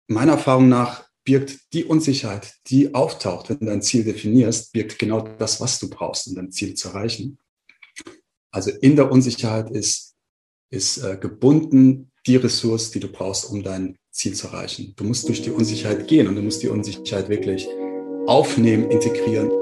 meiner Erfahrung nach birgt die Unsicherheit, die auftaucht, wenn du dein Ziel definierst, birgt genau das, was du brauchst, um dein Ziel zu erreichen. Also in der Unsicherheit ist gebunden die Ressource, die du brauchst, um dein Ziel zu erreichen. Du musst durch die Unsicherheit gehen und du musst die Unsicherheit wirklich aufnehmen, integrieren.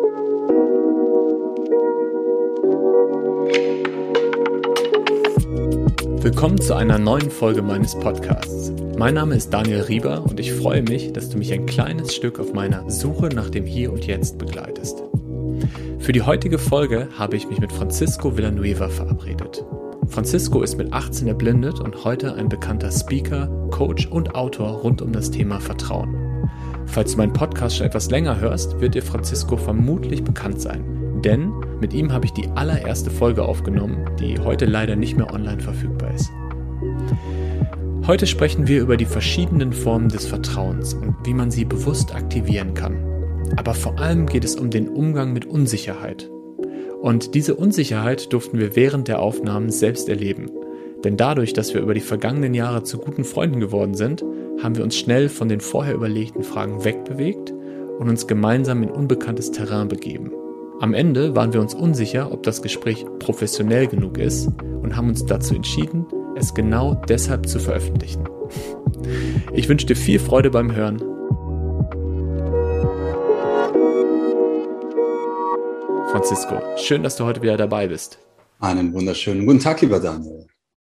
Willkommen zu einer neuen Folge meines Podcasts. Mein Name ist Daniel Rieber und ich freue mich, dass du mich ein kleines Stück auf meiner Suche nach dem Hier und Jetzt begleitest. Für die heutige Folge habe ich mich mit Francisco Villanueva verabredet. Francisco ist mit 18 erblindet und heute ein bekannter Speaker, Coach und Autor rund um das Thema Vertrauen. Falls du meinen Podcast schon etwas länger hörst, wird dir Francisco vermutlich bekannt sein. Denn mit ihm habe ich die allererste Folge aufgenommen, die heute leider nicht mehr online verfügbar ist. Heute sprechen wir über die verschiedenen Formen des Vertrauens und wie man sie bewusst aktivieren kann. Aber vor allem geht es um den Umgang mit Unsicherheit. Und diese Unsicherheit durften wir während der Aufnahmen selbst erleben. Denn dadurch, dass wir über die vergangenen Jahre zu guten Freunden geworden sind, haben wir uns schnell von den vorher überlegten Fragen wegbewegt und uns gemeinsam in unbekanntes Terrain begeben. Am Ende waren wir uns unsicher, ob das Gespräch professionell genug ist und haben uns dazu entschieden, es genau deshalb zu veröffentlichen. Ich wünsche dir viel Freude beim Hören. Francisco, schön, dass du heute wieder dabei bist. Einen wunderschönen guten Tag, lieber Daniel.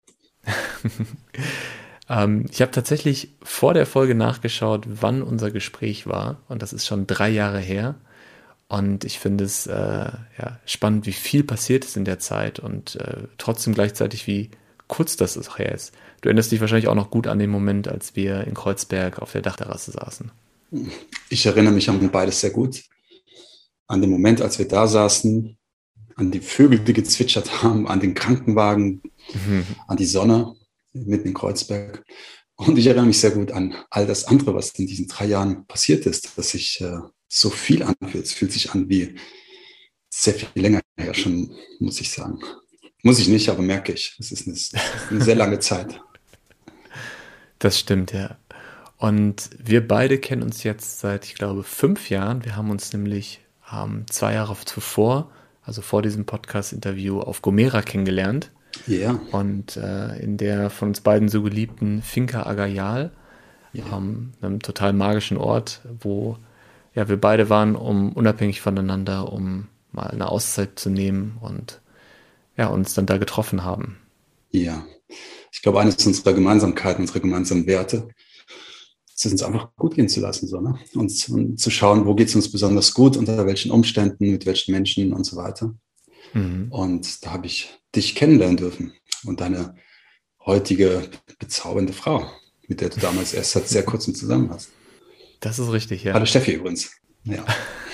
Ich habe tatsächlich vor der Folge nachgeschaut, wann unser Gespräch war, und das ist schon 3 Jahre her. Und ich finde es spannend, wie viel passiert ist in der Zeit und trotzdem gleichzeitig, wie kurz das her ist. Du erinnerst dich wahrscheinlich auch noch gut an den Moment, als wir in Kreuzberg auf der Dachterrasse saßen. Ich erinnere mich an beides sehr gut. An den Moment, als wir da saßen, an die Vögel, die gezwitschert haben, an den Krankenwagen, an die Sonne mitten in Kreuzberg. Und ich erinnere mich sehr gut an all das andere, was in diesen 3 Jahren passiert ist, dass ich so viel anfühlt. Es fühlt sich an wie sehr viel länger her schon, muss ich sagen. Muss ich nicht, aber merke ich. Es ist eine sehr lange Zeit. Das stimmt, ja. Und wir beide kennen uns jetzt seit, ich glaube, 5 Jahren. Wir haben uns nämlich 2 Jahre zuvor, also vor diesem Podcast-Interview, auf Gomera kennengelernt. Ja. Und in der von uns beiden so geliebten Finca Agayal, einem total magischen Ort, wo wir beide waren, um unabhängig voneinander, um mal eine Auszeit zu nehmen und uns dann da getroffen haben. Ja, ich glaube, eines unserer Gemeinsamkeiten, unsere gemeinsamen Werte, ist es uns einfach gut gehen zu lassen, so, ne? Und zu schauen, wo geht es uns besonders gut, unter welchen Umständen, mit welchen Menschen und so weiter. Mhm. Und da habe ich dich kennenlernen dürfen und deine heutige bezaubernde Frau, mit der du damals erst seit sehr kurzem zusammen warst. Das ist richtig, ja. Hallo Steffi übrigens. Ja.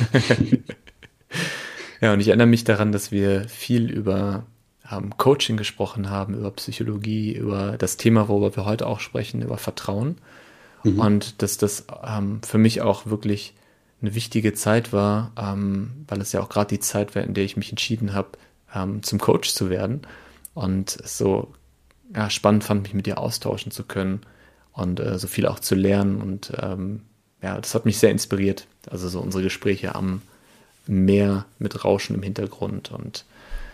Ja, und ich erinnere mich daran, dass wir viel über Coaching gesprochen haben, über Psychologie, über das Thema, worüber wir heute auch sprechen, über Vertrauen. Mhm. Und dass das für mich auch wirklich eine wichtige Zeit war, weil es ja auch gerade die Zeit war, in der ich mich entschieden habe, zum Coach zu werden. Und es so spannend fand, mich mit dir austauschen zu können und so viel auch zu lernen. Und das hat mich sehr inspiriert. Also so unsere Gespräche am Meer mit Rauschen im Hintergrund und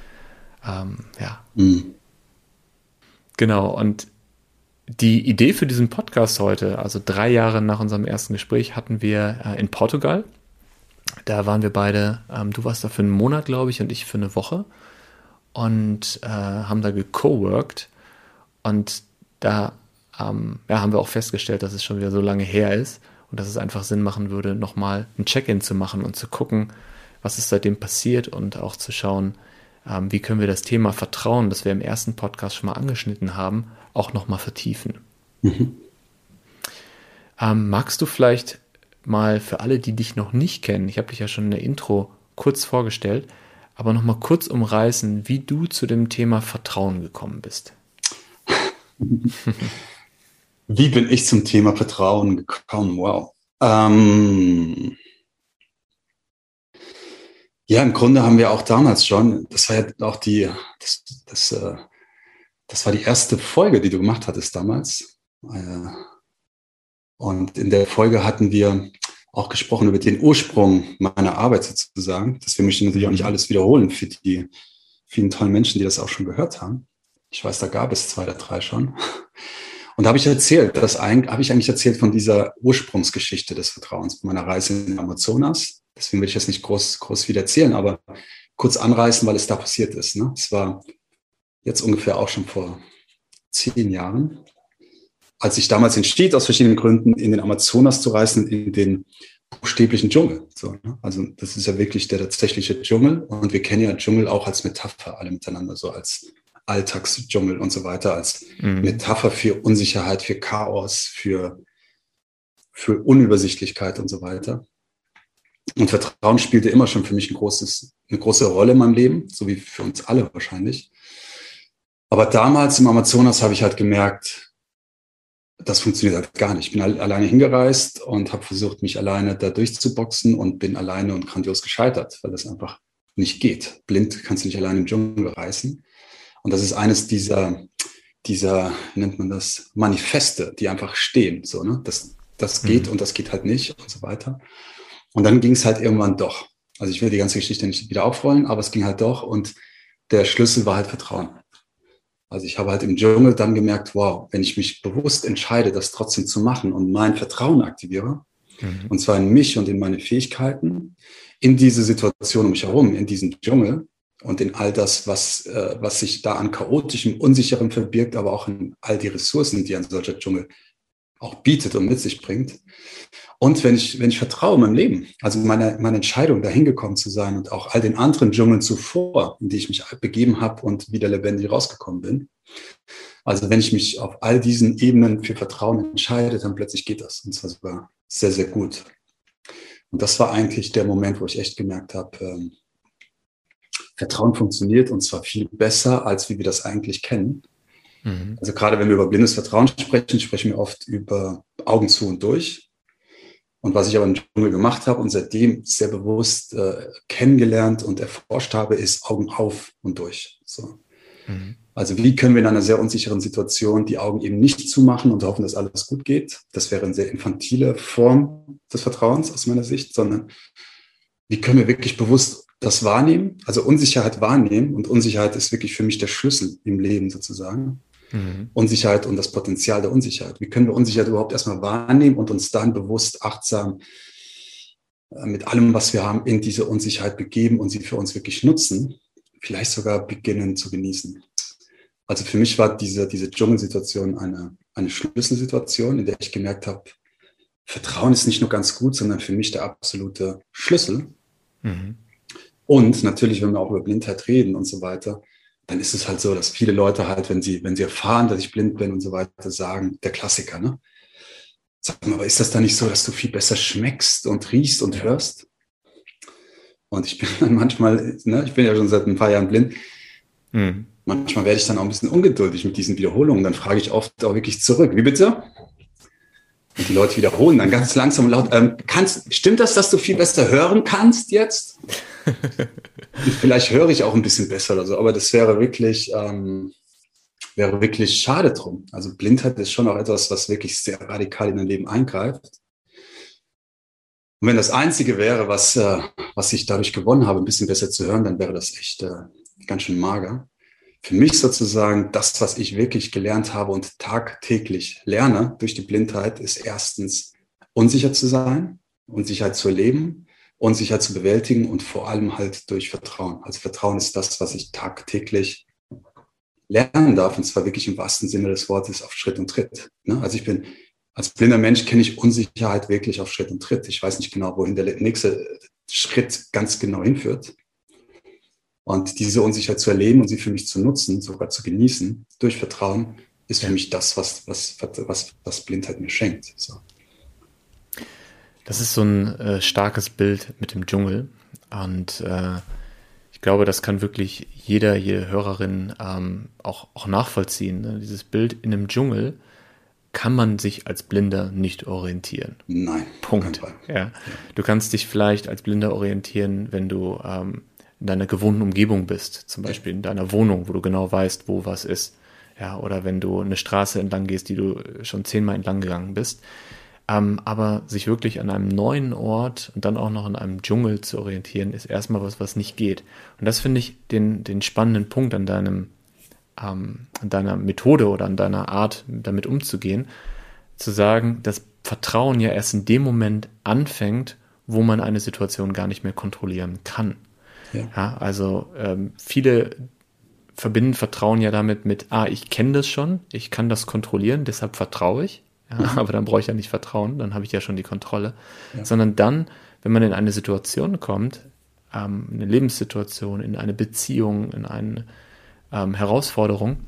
Genau, und die Idee für diesen Podcast heute, also 3 Jahre nach unserem ersten Gespräch, hatten wir in Portugal. Da waren wir beide, du warst da für einen Monat, glaube ich, und ich für eine Woche und haben da gecoworkt. Und da haben wir auch festgestellt, dass es schon wieder so lange her ist und dass es einfach Sinn machen würde, nochmal ein Check-in zu machen und zu gucken, was ist seitdem passiert und auch zu schauen, wie können wir das Thema Vertrauen, das wir im ersten Podcast schon mal angeschnitten haben, auch nochmal vertiefen. Mhm. Magst du vielleicht mal für alle, die dich noch nicht kennen, ich habe dich ja schon in der Intro kurz vorgestellt, aber nochmal kurz umreißen, wie du zu dem Thema Vertrauen gekommen bist? Wie bin ich zum Thema Vertrauen gekommen? Wow. Ja, im Grunde haben wir auch damals schon, das war ja auch das war die erste Folge, die du gemacht hattest damals. Und in der Folge hatten wir auch gesprochen über den Ursprung meiner Arbeit sozusagen. Deswegen möchte ich natürlich auch nicht alles wiederholen für die vielen tollen Menschen, die das auch schon gehört haben. Ich weiß, da gab es 2 oder 3 schon. Und da habe ich eigentlich erzählt von dieser Ursprungsgeschichte des Vertrauens, meiner Reise in den Amazonas. Deswegen will ich das nicht groß wieder erzählen, aber kurz anreißen, weil es da passiert ist. Ne? Es war jetzt ungefähr auch schon vor 10 Jahren, als ich damals entschied, aus verschiedenen Gründen in den Amazonas zu reisen, in den buchstäblichen Dschungel. So, ne? Also das ist ja wirklich der tatsächliche Dschungel. Und wir kennen ja Dschungel auch als Metapher alle miteinander, so als Alltagsdschungel und so weiter, als Metapher für Unsicherheit, für Chaos, für Unübersichtlichkeit und so weiter. Und Vertrauen spielte immer schon für mich eine große Rolle in meinem Leben, so wie für uns alle wahrscheinlich. Aber damals im Amazonas habe ich halt gemerkt, das funktioniert halt gar nicht. Ich bin alleine hingereist und habe versucht, mich alleine da durchzuboxen und bin alleine und grandios gescheitert, weil das einfach nicht geht. Blind kannst du nicht alleine im Dschungel reisen. Und das ist eines dieser, wie nennt man das, Manifeste, die einfach stehen. So, ne? Das geht und das geht halt nicht und so weiter. Und dann ging es halt irgendwann doch. Also ich will die ganze Geschichte nicht wieder aufrollen, aber es ging halt doch. Und der Schlüssel war halt Vertrauen. Also ich habe halt im Dschungel dann gemerkt, wow, wenn ich mich bewusst entscheide, das trotzdem zu machen und mein Vertrauen aktiviere, und zwar in mich und in meine Fähigkeiten, in diese Situation um mich herum, in diesen Dschungel, und in all das, was sich da an chaotischem, unsicherem verbirgt, aber auch in all die Ressourcen, die ein solcher Dschungel auch bietet und mit sich bringt. Und wenn ich vertraue in meinem Leben, also meine Entscheidung, dahin gekommen zu sein und auch all den anderen Dschungeln zuvor, in die ich mich begeben habe und wieder lebendig rausgekommen bin. Also wenn ich mich auf all diesen Ebenen für Vertrauen entscheide, dann plötzlich geht das. Und zwar sogar sehr, sehr gut. Und das war eigentlich der Moment, wo ich echt gemerkt habe, Vertrauen funktioniert und zwar viel besser, als wie wir das eigentlich kennen. Also gerade wenn wir über blindes Vertrauen sprechen, sprechen wir oft über Augen zu und durch. Und was ich aber im Dschungel gemacht habe und seitdem sehr bewusst kennengelernt und erforscht habe, ist Augen auf und durch. So. Also wie können wir in einer sehr unsicheren Situation die Augen eben nicht zumachen und hoffen, dass alles gut geht? Das wäre eine sehr infantile Form des Vertrauens aus meiner Sicht, sondern wie können wir wirklich bewusst das wahrnehmen, also Unsicherheit wahrnehmen, und Unsicherheit ist wirklich für mich der Schlüssel im Leben sozusagen. Unsicherheit und das Potenzial der Unsicherheit. Wie können wir Unsicherheit überhaupt erstmal wahrnehmen und uns dann bewusst, achtsam mit allem, was wir haben, in diese Unsicherheit begeben und sie für uns wirklich nutzen, vielleicht sogar beginnen zu genießen. Also für mich war diese Dschungelsituation eine Schlüsselsituation, in der ich gemerkt habe, Vertrauen ist nicht nur ganz gut, sondern für mich der absolute Schlüssel. Und natürlich, wenn wir auch über Blindheit reden und so weiter, dann ist es halt so, dass viele Leute halt, wenn sie erfahren, dass ich blind bin und so weiter, sagen, der Klassiker, ne? Sag mal, aber ist das dann nicht so, dass du viel besser schmeckst und riechst und hörst? Und ich bin dann manchmal, ne, ich bin ja schon seit ein paar Jahren blind, manchmal werde ich dann auch ein bisschen ungeduldig mit diesen Wiederholungen. Dann frage ich oft auch wirklich zurück, wie bitte? Und die Leute wiederholen dann ganz langsam und laut, stimmt das, dass du viel besser hören kannst jetzt? Und vielleicht höre ich auch ein bisschen besser oder so, aber das wäre wirklich schade drum. Also Blindheit ist schon auch etwas, was wirklich sehr radikal in dein Leben eingreift. Und wenn das Einzige wäre, was ich dadurch gewonnen habe, ein bisschen besser zu hören, dann wäre das echt ganz schön mager. Für mich sozusagen das, was ich wirklich gelernt habe und tagtäglich lerne durch die Blindheit, ist erstens unsicher zu sein, Unsicherheit zu erleben, Unsicherheit zu bewältigen und vor allem halt durch Vertrauen. Also Vertrauen ist das, was ich tagtäglich lernen darf, und zwar wirklich im wahrsten Sinne des Wortes auf Schritt und Tritt. Ne? Also als blinder Mensch kenne ich Unsicherheit wirklich auf Schritt und Tritt. Ich weiß nicht genau, wohin der nächste Schritt ganz genau hinführt. Und diese Unsicherheit zu erleben und sie für mich zu nutzen, sogar zu genießen, durch Vertrauen, ist für mich das, was Blindheit mir schenkt. So. Das ist so ein starkes Bild mit dem Dschungel. Und ich glaube, das kann wirklich jede Hörerin auch nachvollziehen. Ne? Dieses Bild in einem Dschungel kann man sich als Blinder nicht orientieren. Nein. Punkt. Ja. Du kannst dich vielleicht als Blinder orientieren, wenn du in deiner gewohnten Umgebung bist, zum Beispiel in deiner Wohnung, wo du genau weißt, wo was ist. Ja, oder wenn du eine Straße entlang gehst, die du schon 10-mal entlang gegangen bist. Aber sich wirklich an einem neuen Ort und dann auch noch in einem Dschungel zu orientieren, ist erstmal was nicht geht. Und das finde ich den spannenden Punkt an deiner Methode oder an deiner Art, damit umzugehen, zu sagen, dass Vertrauen ja erst in dem Moment anfängt, wo man eine Situation gar nicht mehr kontrollieren kann. Ja. Ja, also viele verbinden Vertrauen ja damit mit, ich kenne das schon, ich kann das kontrollieren, deshalb vertraue ich. Ja, aber dann brauche ich ja nicht Vertrauen, dann habe ich ja schon die Kontrolle. Ja. Sondern dann, wenn man in eine Situation kommt, eine Lebenssituation, in eine Beziehung, in eine Herausforderung,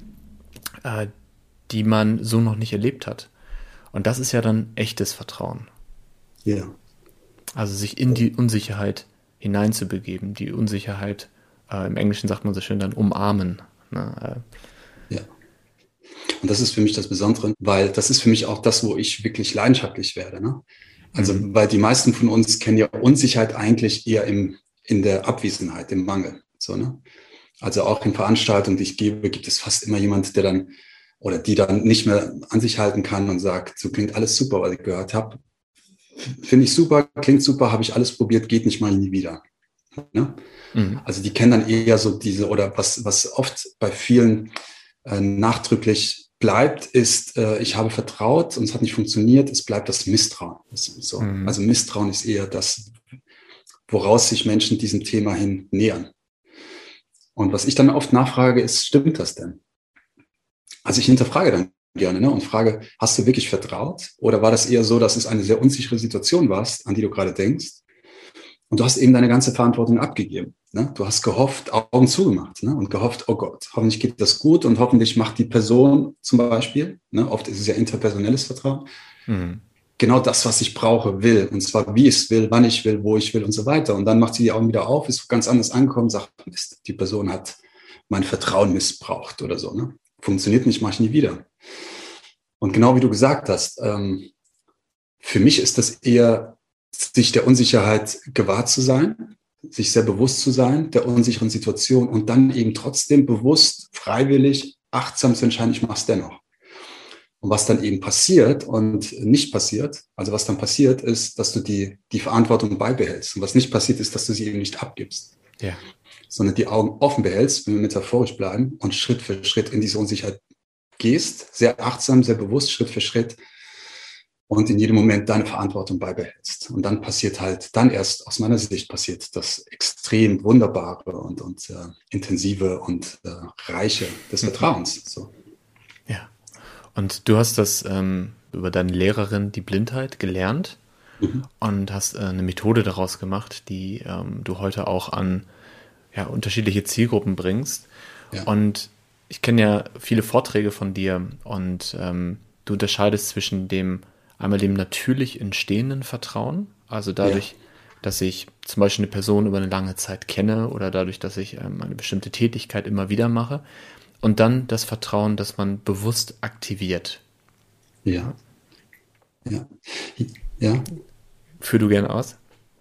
die man so noch nicht erlebt hat. Und das ist ja dann echtes Vertrauen. Ja. Also sich in die Unsicherheit hineinzubegeben, die Unsicherheit, im Englischen sagt man so schön dann umarmen. Ne? Ja. Und das ist für mich das Besondere, weil das ist für mich auch das, wo ich wirklich leidenschaftlich werde. Ne? Also, weil die meisten von uns kennen ja Unsicherheit eigentlich eher in der Abwesenheit, im Mangel. So, ne? Also auch in Veranstaltungen, die ich gebe, gibt es fast immer jemand, der dann oder die dann nicht mehr an sich halten kann und sagt, so klingt alles super, was ich gehört habe. Finde ich super, klingt super, habe ich alles probiert, geht nicht mal nie wieder. Ne? Also die kennen dann eher so diese, oder was oft bei vielen nachdrücklich bleibt, ist, ich habe vertraut und es hat nicht funktioniert, es bleibt das Misstrauen. So. Also Misstrauen ist eher das, woraus sich Menschen diesem Thema hin nähern. Und was ich dann oft nachfrage, ist, stimmt das denn? Also ich hinterfrage dann gerne, ne, und frage, hast du wirklich vertraut? Oder war das eher so, dass es eine sehr unsichere Situation war, an die du gerade denkst? Und du hast eben deine ganze Verantwortung abgegeben. Ne? Du hast gehofft, Augen zugemacht, ne? Und gehofft, oh Gott, hoffentlich geht das gut und hoffentlich macht die Person zum Beispiel, ne? Oft ist es ja interpersonelles Vertrauen, genau das, was ich brauche, will. Und zwar, wie ich es will, wann ich will, wo ich will und so weiter. Und dann macht sie die Augen wieder auf, ist ganz anders angekommen, sagt, Mist, die Person hat mein Vertrauen missbraucht oder so. Ne? Funktioniert nicht, mache ich nie wieder. Und genau wie du gesagt hast, für mich ist das eher, sich der Unsicherheit gewahr zu sein, sich sehr bewusst zu sein, der unsicheren Situation und dann eben trotzdem bewusst, freiwillig, achtsam zu entscheiden, ich mache es dennoch. Und was dann eben passiert und nicht passiert, also was dann passiert, ist, dass du die Verantwortung beibehältst. Und was nicht passiert, ist, dass du sie eben nicht abgibst. Ja. Sondern die Augen offen behältst, wenn wir metaphorisch bleiben und Schritt für Schritt in diese Unsicherheit gehst, sehr achtsam, sehr bewusst, Schritt für Schritt und in jedem Moment deine Verantwortung beibehältst. Und dann passiert halt, dann erst aus meiner Sicht passiert das extrem Wunderbare und intensive und reiche des Vertrauens. So. Ja. Und du hast das über deine Lehrerin, die Blindheit, gelernt und hast eine Methode daraus gemacht, die du heute auch an unterschiedliche Zielgruppen bringst. Ja. Und ich kenne ja viele Vorträge von dir und du unterscheidest zwischen einmal dem natürlich entstehenden Vertrauen, also dadurch, dass ich zum Beispiel eine Person über eine lange Zeit kenne oder dadurch, dass ich eine bestimmte Tätigkeit immer wieder mache, und dann das Vertrauen, das man bewusst aktiviert. Ja. Ja. Ja. Führ du gerne aus?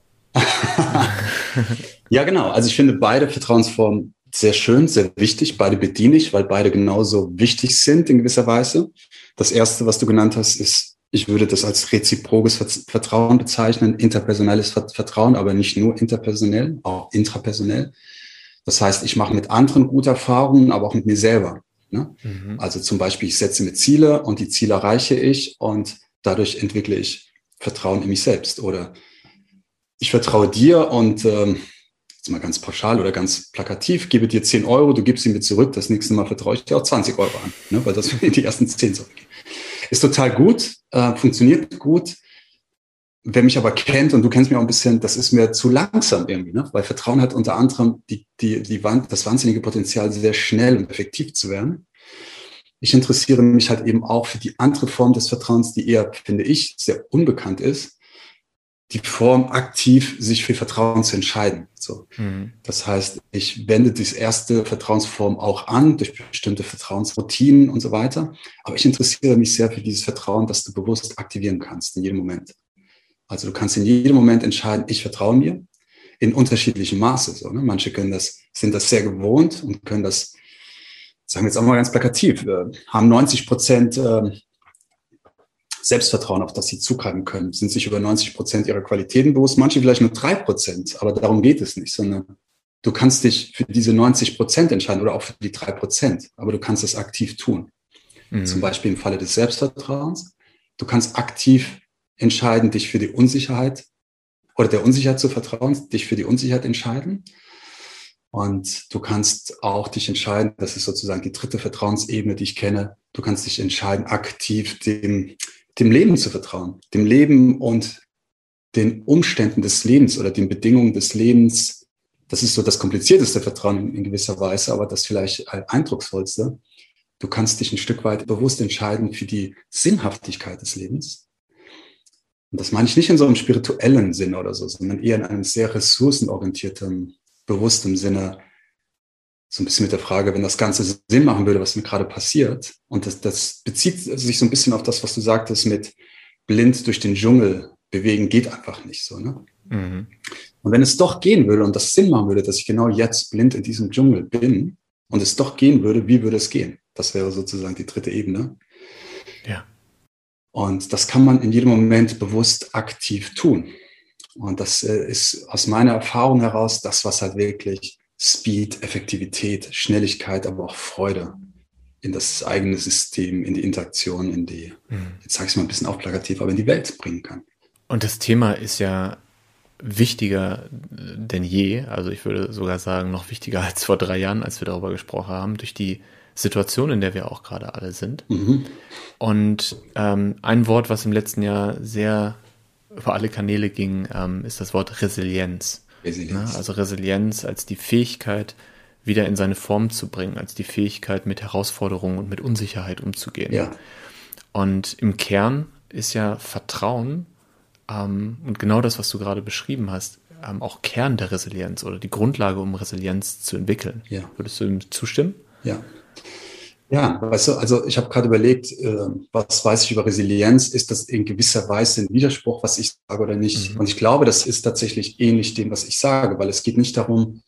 Ja, genau. Also ich finde beide Vertrauensformen sehr schön, sehr wichtig. Beide bediene ich, weil beide genauso wichtig sind in gewisser Weise. Das erste, was du genannt hast, ist, ich würde das als reziprokes Vertrauen bezeichnen, interpersonelles Vertrauen, aber nicht nur interpersonell, auch intrapersonell. Das heißt, ich mache mit anderen gute Erfahrungen, aber auch mit mir selber. Ne? Also zum Beispiel, ich setze mir Ziele und die Ziele erreiche ich und dadurch entwickle ich Vertrauen in mich selbst. Oder ich vertraue dir und jetzt mal ganz pauschal oder ganz plakativ, gebe dir 10 Euro, du gibst sie mir zurück, das nächste Mal vertraue ich dir auch 20 Euro an, ne? Weil das die ersten 10 zurückgehen. Ist total gut, funktioniert gut. Wer mich aber kennt, und du kennst mich auch ein bisschen, das ist mir zu langsam irgendwie, ne? Weil Vertrauen hat unter anderem das wahnsinnige Potenzial, sehr schnell und effektiv zu werden. Ich interessiere mich halt eben auch für die andere Form des Vertrauens, die eher, finde ich, sehr unbekannt ist. Die Form, aktiv sich für Vertrauen zu entscheiden. So. Das heißt, ich wende diese erste Vertrauensform auch an, durch bestimmte Vertrauensroutinen und so weiter. Aber ich interessiere mich sehr für dieses Vertrauen, das du bewusst aktivieren kannst in jedem Moment. Also du kannst in jedem Moment entscheiden, ich vertraue mir, in unterschiedlichem Maße. So, ne? Manche sind das sehr gewohnt und können das, sagen wir jetzt auch mal ganz plakativ, haben 90% Selbstvertrauen, auf das sie zugreifen können, sind sich über 90% ihrer Qualitäten bewusst, manche vielleicht nur 3%, aber darum geht es nicht, sondern du kannst dich für diese 90% entscheiden oder auch für die 3%, aber du kannst es aktiv tun. Zum Beispiel im Falle des Selbstvertrauens. Du kannst aktiv entscheiden, dich für die Unsicherheit oder der Unsicherheit zu vertrauen, dich für die Unsicherheit entscheiden. Und du kannst auch dich entscheiden, das ist sozusagen die dritte Vertrauensebene, die ich kenne, du kannst dich entscheiden, aktiv dem Leben zu vertrauen, dem Leben und den Umständen des Lebens oder den Bedingungen des Lebens. Das ist so das komplizierteste Vertrauen in gewisser Weise, aber das vielleicht eindrucksvollste. Du kannst dich ein Stück weit bewusst entscheiden für die Sinnhaftigkeit des Lebens. Und das meine ich nicht in so einem spirituellen Sinne oder so, sondern eher in einem sehr ressourcenorientierten, bewusstem Sinne. So ein bisschen mit der Frage, wenn das Ganze Sinn machen würde, was mir gerade passiert. Und das bezieht sich so ein bisschen auf das, was du sagtest mit blind durch den Dschungel bewegen, geht einfach nicht so. Ne? Mhm. Und wenn es doch gehen würde und das Sinn machen würde, dass ich genau jetzt blind in diesem Dschungel bin und es doch gehen würde, wie würde es gehen? Das wäre sozusagen die dritte Ebene. Ja. Und das kann man in jedem Moment bewusst aktiv tun. Und das ist aus meiner Erfahrung heraus das, was halt wirklich Speed, Effektivität, Schnelligkeit, aber auch Freude in das eigene System, in die Interaktion, jetzt sage ich es mal ein bisschen auch plakativ, aber in die Welt bringen kann. Und das Thema ist ja wichtiger denn je, also ich würde sogar sagen, noch wichtiger als vor 3 Jahren, als wir darüber gesprochen haben, durch die Situation, in der wir auch gerade alle sind. Mhm. Und ein Wort, was im letzten Jahr sehr über alle Kanäle ging, ist das Wort Resilienz. Resilienz. Also Resilienz als die Fähigkeit, wieder in seine Form zu bringen, als die Fähigkeit, mit Herausforderungen und mit Unsicherheit umzugehen. Ja. Und im Kern ist ja Vertrauen und genau das, was du gerade beschrieben hast, auch Kern der Resilienz oder die Grundlage, um Resilienz zu entwickeln. Ja. Würdest du ihm zustimmen? Ja. Ja, weißt du, also ich habe gerade überlegt, was weiß ich über Resilienz? Ist das in gewisser Weise ein Widerspruch, was ich sage oder nicht? Mhm. Und ich glaube, das ist tatsächlich ähnlich dem, was ich sage, weil es geht nicht darum,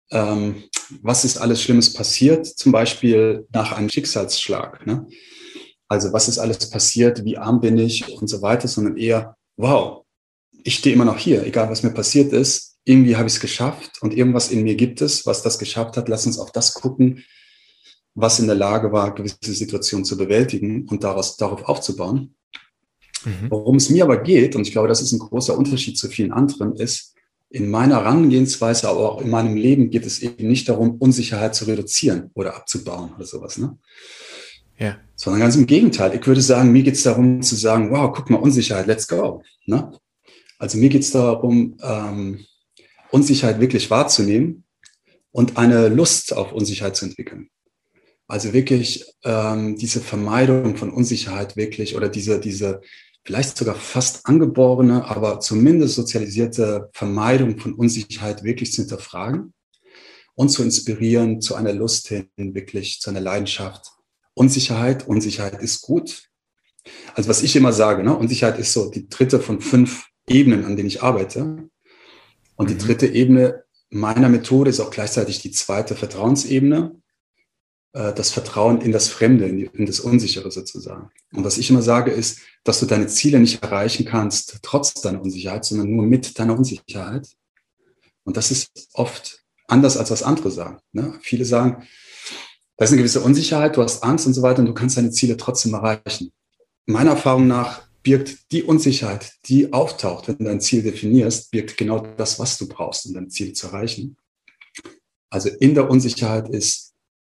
was ist alles Schlimmes passiert, zum Beispiel nach einem Schicksalsschlag. Ne? Also was ist alles passiert, wie arm bin ich und so weiter, sondern eher, wow, ich stehe immer noch hier, egal was mir passiert ist, irgendwie habe ich es geschafft und irgendwas in mir gibt es, was das geschafft hat. Lass uns auf das gucken, was in der Lage war, gewisse Situationen zu bewältigen und darauf aufzubauen. Mhm. Worum es mir aber geht, und ich glaube, das ist ein großer Unterschied zu vielen anderen, ist, in meiner Herangehensweise, aber auch in meinem Leben geht es eben nicht darum, Unsicherheit zu reduzieren oder abzubauen oder sowas, ne? Ja. Sondern ganz im Gegenteil. Ich würde sagen, mir geht es darum zu sagen, wow, guck mal, Unsicherheit, let's go. Ne? Also mir geht es darum, Unsicherheit wirklich wahrzunehmen und eine Lust auf Unsicherheit zu entwickeln. Also wirklich diese Vermeidung von Unsicherheit wirklich oder diese vielleicht sogar fast angeborene, aber zumindest sozialisierte Vermeidung von Unsicherheit wirklich zu hinterfragen und zu inspirieren zu einer Lust hin, wirklich zu einer Leidenschaft. Unsicherheit ist gut. Also was ich immer sage, ne? Unsicherheit ist so die dritte von 5 Ebenen, an denen ich arbeite. Und die dritte Ebene meiner Methode ist auch gleichzeitig die zweite Vertrauensebene. Das Vertrauen in das Fremde, in das Unsichere sozusagen. Und was ich immer sage ist, dass du deine Ziele nicht erreichen kannst, trotz deiner Unsicherheit, sondern nur mit deiner Unsicherheit. Und das ist oft anders, als was andere sagen. Ne? Viele sagen, da ist eine gewisse Unsicherheit, du hast Angst und so weiter und du kannst deine Ziele trotzdem erreichen. Meiner Erfahrung nach birgt die Unsicherheit, die auftaucht, wenn du dein Ziel definierst, birgt genau das, was du brauchst, um dein Ziel zu erreichen. Also in der Unsicherheit ist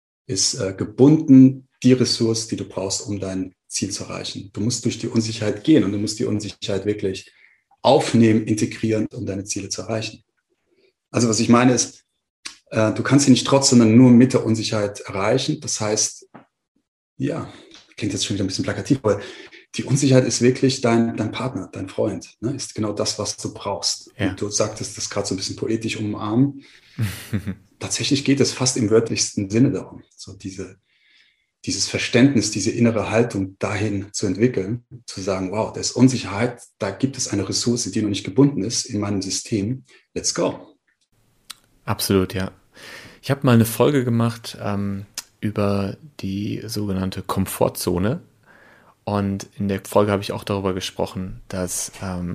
gebunden die Ressource, die du brauchst, um dein Ziel zu erreichen. Du musst durch die Unsicherheit gehen und du musst die Unsicherheit wirklich aufnehmen, integrieren, um deine Ziele zu erreichen. Also was ich meine ist, du kannst sie nicht trotz, sondern nur mit der Unsicherheit erreichen. Das heißt, ja, klingt jetzt schon wieder ein bisschen plakativ, aber die Unsicherheit ist wirklich dein Partner, dein Freund, ne? Ist genau das, was du brauchst. Ja. Und du sagtest das gerade so ein bisschen poetisch umarmen. Tatsächlich geht es fast im wörtlichsten Sinne darum, so dieses Verständnis, diese innere Haltung dahin zu entwickeln, zu sagen, wow, da ist Unsicherheit, da gibt es eine Ressource, die noch nicht gebunden ist in meinem System. Let's go. Absolut, ja. Ich habe mal eine Folge gemacht über die sogenannte Komfortzone Und in der Folge habe ich auch darüber gesprochen, dass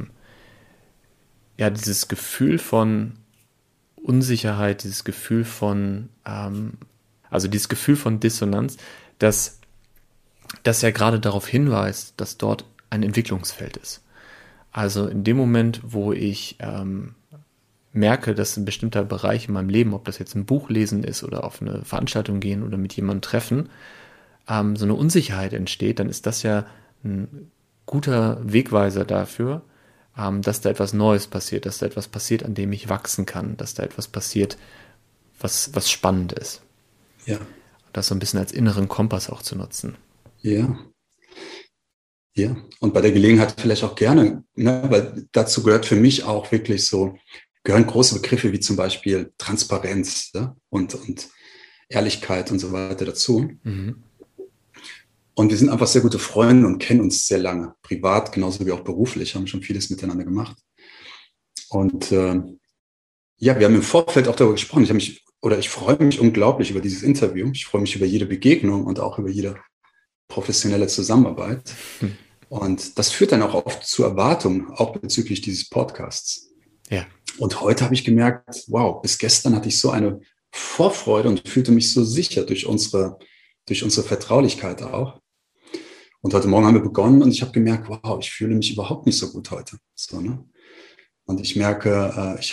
dieses Gefühl von Unsicherheit, dieses Gefühl von, dieses Gefühl von Dissonanz, dass das ja gerade darauf hinweist, dass dort ein Entwicklungsfeld ist. Also in dem Moment, wo ich merke, dass ein bestimmter Bereich in meinem Leben, ob das jetzt ein Buch lesen ist oder auf eine Veranstaltung gehen oder mit jemandem treffen, so eine Unsicherheit entsteht, dann ist das ja ein guter Wegweiser dafür, dass da etwas Neues passiert, dass da etwas passiert, an dem ich wachsen kann, dass da etwas passiert, was spannend ist. Ja. Das so ein bisschen als inneren Kompass auch zu nutzen. Ja. Ja, und bei der Gelegenheit vielleicht auch gerne, ne, weil dazu gehört für mich auch wirklich gehören große Begriffe wie zum Beispiel Transparenz, ja, und Ehrlichkeit und so weiter dazu. Mhm. Und wir sind einfach sehr gute Freunde und kennen uns sehr lange, privat genauso wie auch beruflich, haben schon vieles miteinander gemacht. Und wir haben im Vorfeld auch darüber gesprochen. Ich freue mich unglaublich über dieses Interview. Ich freue mich über jede Begegnung und auch über jede professionelle Zusammenarbeit. Und das führt dann auch oft zu Erwartungen, auch bezüglich dieses Podcasts. Ja. Und heute habe ich gemerkt, wow, bis gestern hatte ich so eine Vorfreude und fühlte mich so sicher durch unsere Vertraulichkeit auch. Und heute Morgen haben wir begonnen und ich habe gemerkt, wow, ich fühle mich überhaupt nicht so gut heute. So, ne? Und ich merke, ich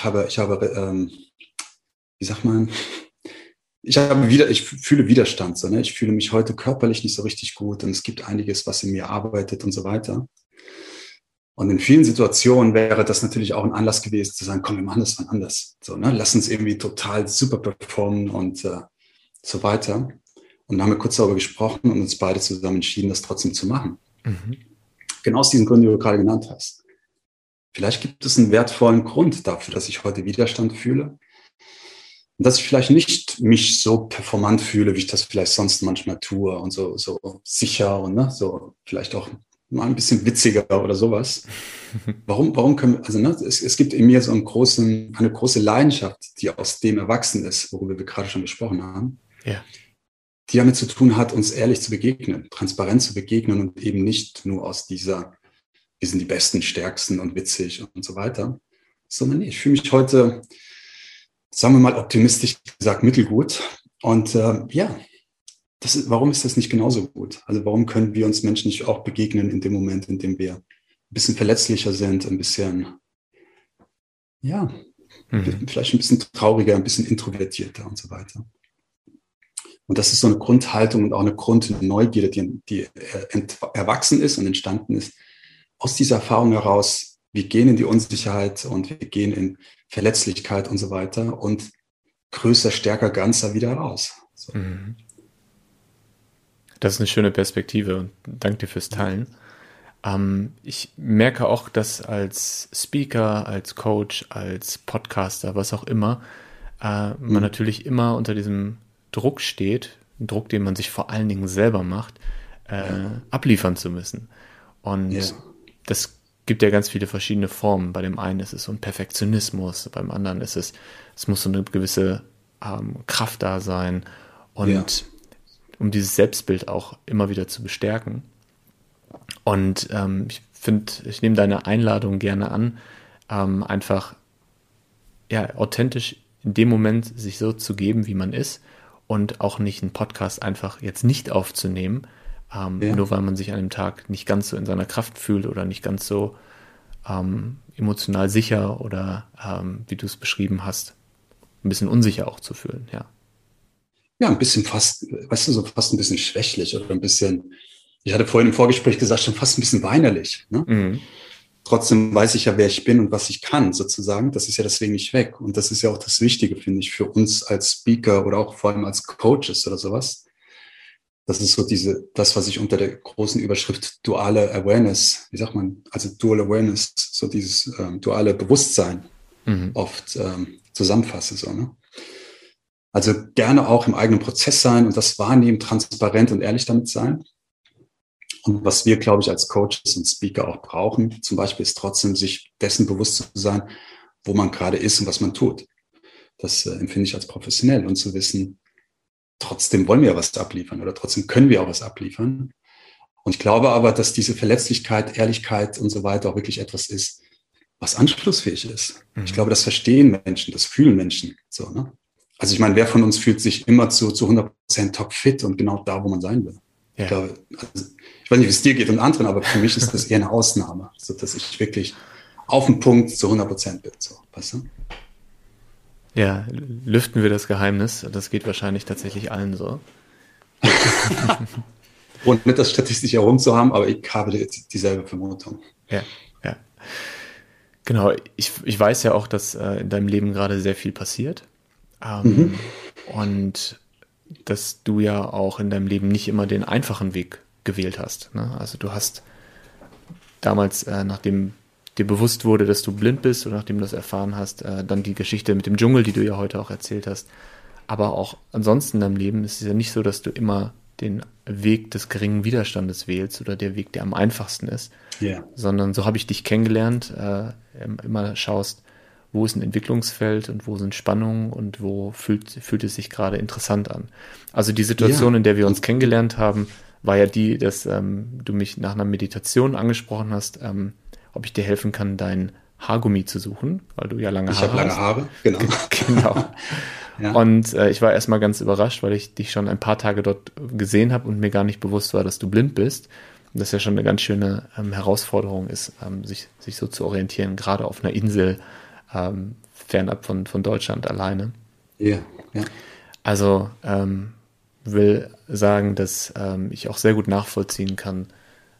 fühle Widerstand. So, ne? Ich fühle mich heute körperlich nicht so richtig gut und es gibt einiges, was in mir arbeitet und so weiter. Und in vielen Situationen wäre das natürlich auch ein Anlass gewesen, zu sagen, komm, wir machen das mal anders. So, ne? Lass uns irgendwie total super performen und so weiter. Und dann haben wir kurz darüber gesprochen und uns beide zusammen entschieden, das trotzdem zu machen. Mhm. Genau aus diesen Gründen, die du gerade genannt hast. Vielleicht gibt es einen wertvollen Grund dafür, dass ich heute Widerstand fühle. Und dass ich vielleicht nicht mich so performant fühle, wie ich das vielleicht sonst manchmal tue und so sicher und ne, so vielleicht auch mal ein bisschen witziger oder sowas. Warum können wir, also ne, es gibt in mir so eine große Leidenschaft, die aus dem erwachsen ist, worüber wir gerade schon gesprochen haben, ja, die damit zu tun hat, uns ehrlich zu begegnen, transparent zu begegnen und eben nicht nur aus dieser, wir sind die Besten, Stärksten und witzig und so weiter, sondern nee, ich fühle mich heute, sagen wir mal optimistisch gesagt, mittelgut. Und warum ist das nicht genauso gut? Also warum können wir uns Menschen nicht auch begegnen in dem Moment, in dem wir ein bisschen verletzlicher sind, ein bisschen, vielleicht ein bisschen trauriger, ein bisschen introvertierter und so weiter. Und das ist so eine Grundhaltung und auch eine Grundneugierde, die erwachsen ist und entstanden ist aus dieser Erfahrung heraus. Wir gehen in die Unsicherheit und wir gehen in Verletzlichkeit und so weiter und größer, stärker, ganzer wieder raus. So. Das ist eine schöne Perspektive und danke dir fürs Teilen. Ich merke auch, dass als Speaker, als Coach, als Podcaster, was auch immer, man natürlich immer unter diesem Druck steht, ein Druck, den man sich vor allen Dingen selber macht, abliefern zu müssen. Und das gibt ja ganz viele verschiedene Formen. Bei dem einen ist es so ein Perfektionismus, beim anderen ist es muss so eine gewisse Kraft da sein und um dieses Selbstbild auch immer wieder zu bestärken. Und ich nehme deine Einladung gerne an, einfach authentisch in dem Moment sich so zu geben, wie man ist und auch nicht einen Podcast einfach jetzt nicht aufzunehmen, nur weil man sich an dem Tag nicht ganz so in seiner Kraft fühlt oder nicht ganz so emotional sicher oder wie du es beschrieben hast, ein bisschen unsicher auch zu fühlen, ja. Ja, ein bisschen fast ein bisschen schwächlich oder ein bisschen, ich hatte vorhin im Vorgespräch gesagt, schon fast ein bisschen weinerlich. Ne? Mhm. Trotzdem weiß ich ja, wer ich bin und was ich kann, sozusagen. Das ist ja deswegen nicht weg. Und das ist ja auch das Wichtige, finde ich, für uns als Speaker oder auch vor allem als Coaches oder sowas. Das ist so das, was ich unter der großen Überschrift duale Awareness, wie sagt man, also Dual Awareness, so dieses duale Bewusstsein oft zusammenfasse, so, ne? Also gerne auch im eigenen Prozess sein und das wahrnehmen, transparent und ehrlich damit sein. Und was wir, glaube ich, als Coaches und Speaker auch brauchen, zum Beispiel ist trotzdem, sich dessen bewusst zu sein, wo man gerade ist und was man tut. Das empfinde ich als professionell und zu wissen, trotzdem wollen wir was abliefern oder trotzdem können wir auch was abliefern. Und ich glaube aber, dass diese Verletzlichkeit, Ehrlichkeit und so weiter auch wirklich etwas ist, was anschlussfähig ist. Ich glaube, das verstehen Menschen, das fühlen Menschen. So, ne? Also ich meine, wer von uns fühlt sich immer zu 100% topfit und genau da, wo man sein will? Ja. Ich glaube, also, ich weiß nicht, wie es dir geht und anderen, aber für mich ist das eher eine Ausnahme, so dass ich wirklich auf den Punkt zu 100% bin. So, weißt du? Ja, lüften wir das Geheimnis. Das geht wahrscheinlich tatsächlich allen so. Und nicht das statistisch herumzuhaben, aber ich habe dieselbe Vermutung. Ja, ja. Genau, ich weiß ja auch, dass in deinem Leben gerade sehr viel passiert. Und dass du ja auch in deinem Leben nicht immer den einfachen Weg gewählt hast. Ne? Also du hast damals, nachdem dir bewusst wurde, dass du blind bist und nachdem du das erfahren hast, dann die Geschichte mit dem Dschungel, die du ja heute auch erzählt hast. Aber auch ansonsten in deinem Leben ist es ja nicht so, dass du immer den Weg des geringen Widerstandes wählst oder der Weg, der am einfachsten ist, sondern so habe ich dich kennengelernt, immer schaust, wo ist ein Entwicklungsfeld und wo sind Spannungen und wo fühlt es sich gerade interessant an. Also die Situation, in der wir uns kennengelernt haben, war ja die, dass du mich nach einer Meditation angesprochen hast, ob ich dir helfen kann, dein Haargummi zu suchen, weil du ja lange Haare hast. Ich habe lange Haare, genau. Genau. Ja. Und ich war erstmal ganz überrascht, weil ich dich schon ein paar Tage dort gesehen habe und mir gar nicht bewusst war, dass du blind bist. Und das ja schon eine ganz schöne Herausforderung ist, sich so zu orientieren, gerade auf einer Insel, fernab von Deutschland alleine. Ja. Also will sagen, dass ich auch sehr gut nachvollziehen kann,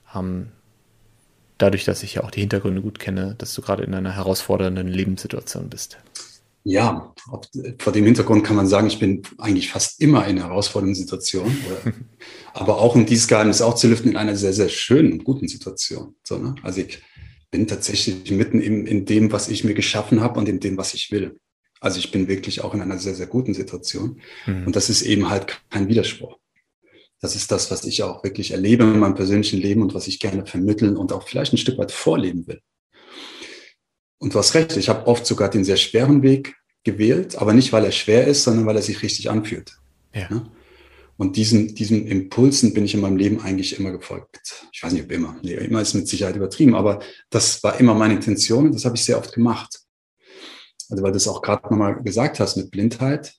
dadurch, dass ich ja auch die Hintergründe gut kenne, dass du gerade in einer herausfordernden Lebenssituation bist. Ja, vor dem Hintergrund kann man sagen, ich bin eigentlich fast immer in herausfordernden Situationen. Aber auch um dieses Geheimnis auch zu lüften, in einer sehr, sehr schönen und guten Situation. So, ne? Also ich bin tatsächlich mitten in dem, was ich mir geschaffen habe und in dem, was ich will. Also ich bin wirklich auch in einer sehr, sehr guten Situation. Und das ist eben halt kein Widerspruch. Das ist das, was ich auch wirklich erlebe in meinem persönlichen Leben und was ich gerne vermitteln und auch vielleicht ein Stück weit vorleben will. Und du hast recht, ich habe oft sogar den sehr schweren Weg gewählt, aber nicht, weil er schwer ist, sondern weil er sich richtig anfühlt. Ja. Ne? Und diesen Impulsen bin ich in meinem Leben eigentlich immer gefolgt. Ich weiß nicht, ob immer. Nee, immer ist mit Sicherheit übertrieben, aber das war immer meine Intention und das habe ich sehr oft gemacht. Also weil du es auch gerade nochmal gesagt hast mit Blindheit.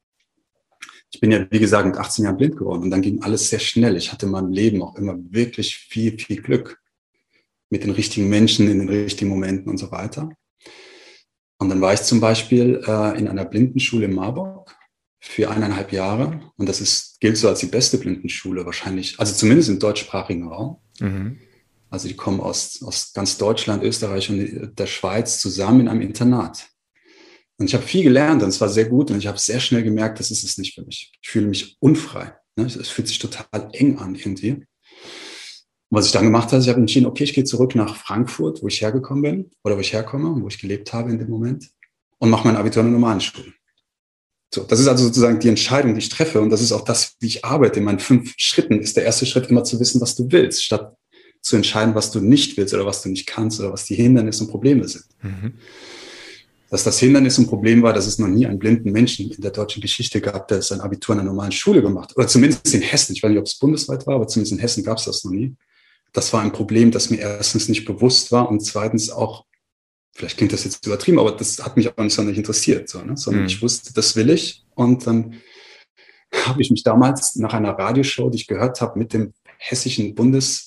Ich bin ja, wie gesagt, mit 18 Jahren blind geworden und dann ging alles sehr schnell. Ich hatte in meinem Leben auch immer wirklich viel, viel Glück mit den richtigen Menschen in den richtigen Momenten und so weiter. Und dann war ich zum Beispiel in einer Blindenschule in Marburg für 1,5 Jahre. Und das gilt so als die beste Blindenschule wahrscheinlich, also zumindest im deutschsprachigen Raum. Mhm. Also die kommen aus ganz Deutschland, Österreich und der Schweiz zusammen in einem Internat. Und ich habe viel gelernt und es war sehr gut und ich habe sehr schnell gemerkt, das ist es nicht für mich. Ich fühle mich unfrei. Ne? Es fühlt sich total eng an irgendwie. Und was ich dann gemacht habe, ich habe entschieden, okay, ich gehe zurück nach Frankfurt, wo ich hergekommen bin oder wo ich herkomme, wo ich gelebt habe in dem Moment und mache mein Abitur in der normalen Schule. So, das ist also sozusagen die Entscheidung, die ich treffe und das ist auch das, wie ich arbeite. In meinen 5 Schritten ist der erste Schritt immer zu wissen, was du willst, statt zu entscheiden, was du nicht willst oder was du nicht kannst oder was die Hindernisse und Probleme sind. Mhm. Dass das Hindernis und Problem war, dass es noch nie einen blinden Menschen in der deutschen Geschichte gab, der sein Abitur in einer normalen Schule gemacht hat. Oder zumindest in Hessen. Ich weiß nicht, ob es bundesweit war, aber zumindest in Hessen gab es das noch nie. Das war ein Problem, das mir erstens nicht bewusst war und zweitens auch, vielleicht klingt das jetzt übertrieben, aber das hat mich auch nicht sonderlich interessiert, sondern ich wusste, das will ich. Und dann habe ich mich damals nach einer Radioshow, die ich gehört habe, mit dem hessischen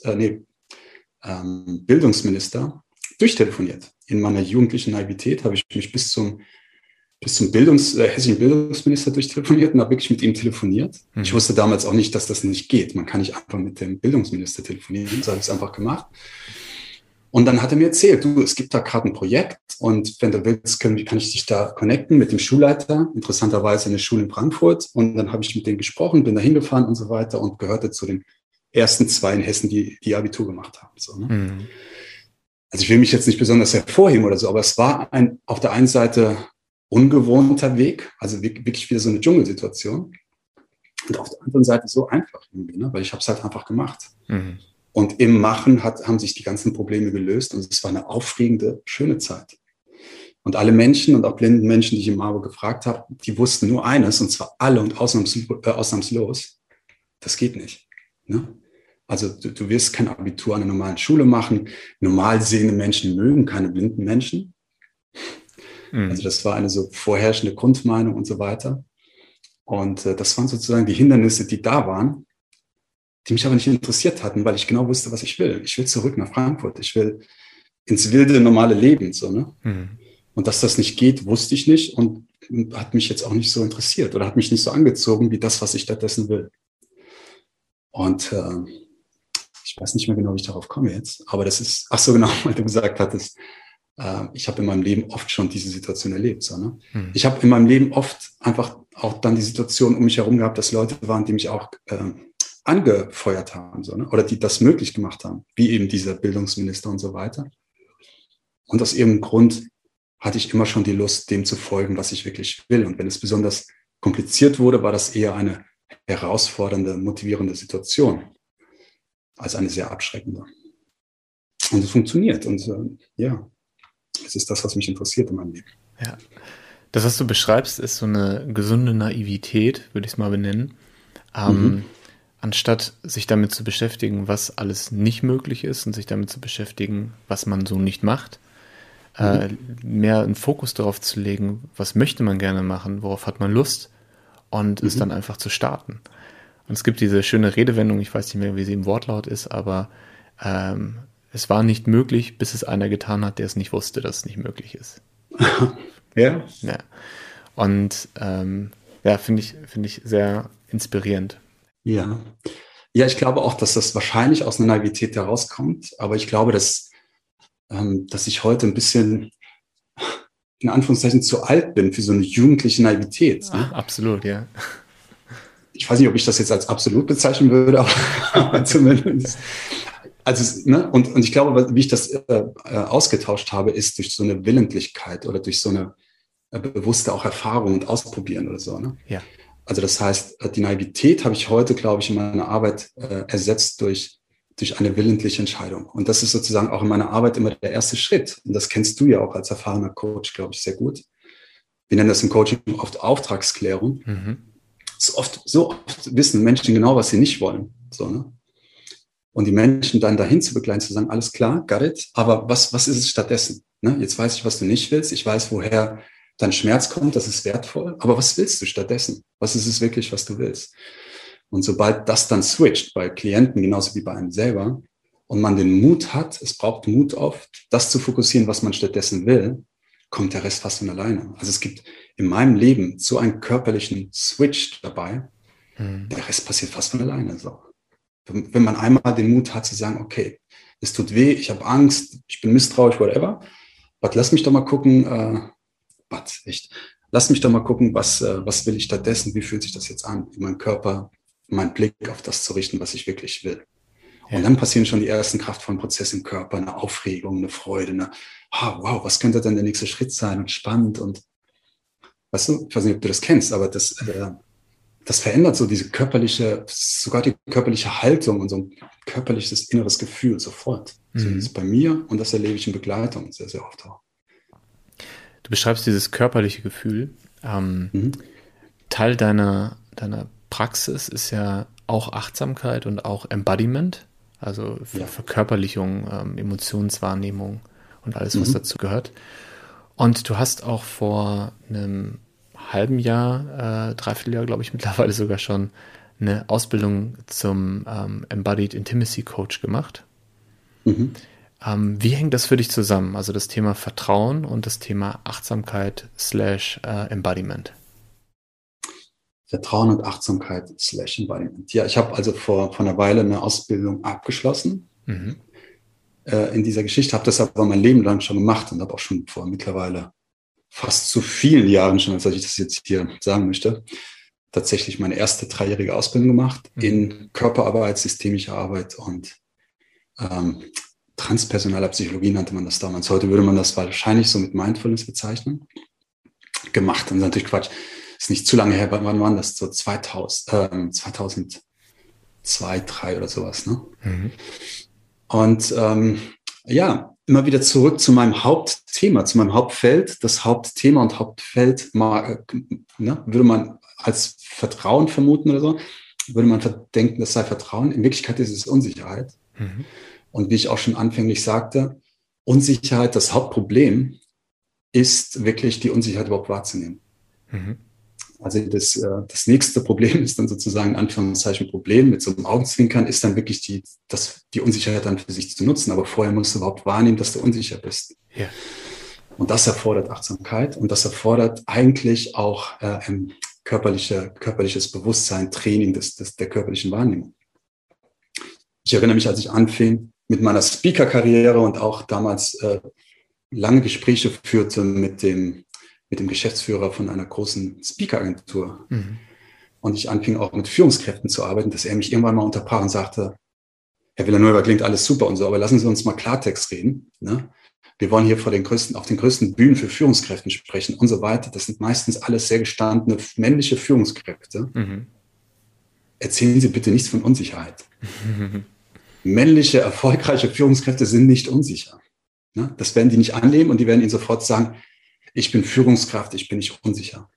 Bildungsminister durchtelefoniert. In meiner jugendlichen Naivität habe ich mich bis zum hessischen Bildungsminister durchtelefoniert und habe wirklich mit ihm telefoniert. Mhm. Ich wusste damals auch nicht, dass das nicht geht. Man kann nicht einfach mit dem Bildungsminister telefonieren. So habe ich es einfach gemacht. Und dann hat er mir erzählt, du, es gibt da gerade ein Projekt und wenn du willst, kann ich dich da connecten mit dem Schulleiter, interessanterweise eine Schule in Frankfurt. Und dann habe ich mit denen gesprochen, bin da hingefahren und so weiter und gehörte zu den ersten 2 in Hessen, die Abitur gemacht haben. So, ne? Mhm. Also ich will mich jetzt nicht besonders hervorheben oder so, aber es war auf der einen Seite ungewohnter Weg, also wirklich wieder so eine Dschungelsituation. Und auf der anderen Seite so einfach irgendwie, ne? Weil ich habe es halt einfach gemacht. Mhm. Und im Machen haben sich die ganzen Probleme gelöst und es war eine aufregende, schöne Zeit. Und alle Menschen und auch blinden Menschen, die ich in Marburg gefragt habe, die wussten nur eines, und zwar alle und ausnahmslos, das geht nicht. Ne? Also du wirst kein Abitur an einer normalen Schule machen. Normal sehende Menschen mögen keine blinden Menschen. Also das war eine so vorherrschende Grundmeinung und so weiter. Und das waren sozusagen die Hindernisse, die da waren, die mich aber nicht interessiert hatten, weil ich genau wusste, was ich will. Ich will zurück nach Frankfurt. Ich will ins wilde, normale Leben. So, ne? Und dass das nicht geht, wusste ich nicht und hat mich jetzt auch nicht so interessiert oder hat mich nicht so angezogen wie das, was ich stattdessen will. Und ich weiß nicht mehr genau, wie ich darauf komme jetzt, aber das ist, ach so genau, weil du gesagt hattest, ich habe in meinem Leben oft schon diese Situation erlebt. So, ne? Ich habe in meinem Leben oft einfach auch dann die Situation um mich herum gehabt, dass Leute waren, die mich auch angefeuert haben, so, ne? Oder die das möglich gemacht haben, wie eben dieser Bildungsminister und so weiter. Und aus irgendeinem Grund hatte ich immer schon die Lust, dem zu folgen, was ich wirklich will. Und wenn es besonders kompliziert wurde, war das eher eine herausfordernde, motivierende Situation als eine sehr abschreckende. Und es funktioniert. Und ja, es ist das, was mich interessiert in meinem Leben. Ja, das, was du beschreibst, ist so eine gesunde Naivität, würde ich es mal benennen. Anstatt sich damit zu beschäftigen, was alles nicht möglich ist und sich damit zu beschäftigen, was man so nicht macht, mehr einen Fokus darauf zu legen, was möchte man gerne machen, worauf hat man Lust und es dann einfach zu starten. Und es gibt diese schöne Redewendung, ich weiß nicht mehr, wie sie im Wortlaut ist, aber es war nicht möglich, bis es einer getan hat, der es nicht wusste, dass es nicht möglich ist. Ja. Ja. Und ja, finde ich sehr inspirierend. Ja. Ja, ich glaube auch, dass das wahrscheinlich aus einer Naivität herauskommt, aber ich glaube, dass ich heute ein bisschen, in Anführungszeichen, zu alt bin für so eine jugendliche Naivität. Ne? Ach, absolut, ja. Ich weiß nicht, ob ich das jetzt als absolut bezeichnen würde, aber zumindest. Also, ne? Und ich glaube, wie ich das ausgetauscht habe, ist durch so eine Willentlichkeit oder durch so eine bewusste auch Erfahrung und Ausprobieren oder so. Ne? Ja. Also das heißt, die Naivität habe ich heute, glaube ich, in meiner Arbeit ersetzt durch eine willentliche Entscheidung. Und das ist sozusagen auch in meiner Arbeit immer der erste Schritt. Und das kennst du ja auch als erfahrener Coach, glaube ich, sehr gut. Wir nennen das im Coaching oft Auftragsklärung. So oft wissen Menschen genau, was sie nicht wollen. So, ne? Und die Menschen dann dahin zu begleiten, zu sagen, alles klar, got it, aber was ist es stattdessen? Ne? Jetzt weiß ich, was du nicht willst. Ich weiß, woher dein Schmerz kommt, das ist wertvoll. Aber was willst du stattdessen? Was ist es wirklich, was du willst? Und sobald das dann switcht, bei Klienten genauso wie bei einem selber, und man den Mut hat, es braucht Mut oft, das zu fokussieren, was man stattdessen will, kommt der Rest fast von alleine. Also es gibt in meinem Leben so einen körperlichen Switch dabei, der Rest passiert fast von alleine. So. Wenn man einmal den Mut hat zu sagen, okay, es tut weh, ich habe Angst, ich bin misstrauisch, whatever, aber lass mich doch mal gucken, lass mich doch mal gucken, was will ich stattdessen, wie fühlt sich das jetzt an, in meinem Körper, meinen Blick auf das zu richten, was ich wirklich will. Ja. Und dann passieren schon die ersten kraftvollen Prozesse im Körper, eine Aufregung, eine Freude, wow, was könnte denn der nächste Schritt sein und spannend und weißt du, ich weiß nicht, ob du das kennst, aber das verändert so sogar die körperliche Haltung und so ein körperliches inneres Gefühl sofort. Zumindest bei mir und das erlebe ich in Begleitung sehr, sehr oft auch. Du beschreibst dieses körperliche Gefühl. Teil deiner Praxis ist ja auch Achtsamkeit und auch Embodiment, also Verkörperlichung, Emotionswahrnehmung und alles, was dazu gehört. Und du hast auch vor einem halben Jahr, Dreivierteljahr, glaube ich, mittlerweile sogar schon eine Ausbildung zum Embodied Intimacy Coach gemacht. Wie hängt das für dich zusammen? Also das Thema Vertrauen und das Thema Achtsamkeit / Embodiment. Vertrauen und Achtsamkeit / Embodiment. Ja, ich habe also vor einer Weile eine Ausbildung abgeschlossen in dieser Geschichte, habe das aber mein Leben lang schon gemacht und habe auch schon vor mittlerweile fast zu vielen Jahren schon, als ich das jetzt hier sagen möchte, tatsächlich meine erste 3-jährige Ausbildung gemacht in Körperarbeit, systemischer Arbeit und transpersonaler Psychologie nannte man das damals. Heute würde man das wahrscheinlich so mit Mindfulness bezeichnen. Gemacht. Und das ist natürlich Quatsch. Ist nicht zu lange her. Wann waren das? So 2002, 2003 oder sowas. Ne? Und immer wieder zurück zu meinem Hauptthema, zu meinem Hauptfeld. Das Hauptthema und Hauptfeld würde man als Vertrauen vermuten oder so. würde man denken, das sei Vertrauen. In Wirklichkeit ist es Unsicherheit. Mhm. Und wie ich auch schon anfänglich sagte, Unsicherheit, das Hauptproblem ist wirklich die Unsicherheit überhaupt wahrzunehmen. Mhm. Also das nächste Problem ist dann sozusagen, in Anführungszeichen, Problem mit so einem Augenzwinkern, ist dann wirklich die Unsicherheit dann für sich zu nutzen. Aber vorher musst du überhaupt wahrnehmen, dass du unsicher bist. Ja. Und das erfordert Achtsamkeit und das erfordert eigentlich auch körperliches Bewusstsein, Training der körperlichen Wahrnehmung. Ich erinnere mich, als ich anfing mit meiner Speaker-Karriere und auch damals lange Gespräche führte mit dem Geschäftsführer von einer großen Speaker-Agentur. Mhm. Und ich anfing auch mit Führungskräften zu arbeiten, dass er mich irgendwann mal unterbrach und sagte, Herr Villanueva, klingt alles super und so, aber lassen Sie uns mal Klartext reden. Ne? Wir wollen hier auf den größten Bühnen für Führungskräfte sprechen und so weiter. Das sind meistens alles sehr gestandene männliche Führungskräfte. Mhm. Erzählen Sie bitte nichts von Unsicherheit. Männliche, erfolgreiche Führungskräfte sind nicht unsicher. Ne? Das werden die nicht annehmen und die werden Ihnen sofort sagen, ich bin Führungskraft, ich bin nicht unsicher.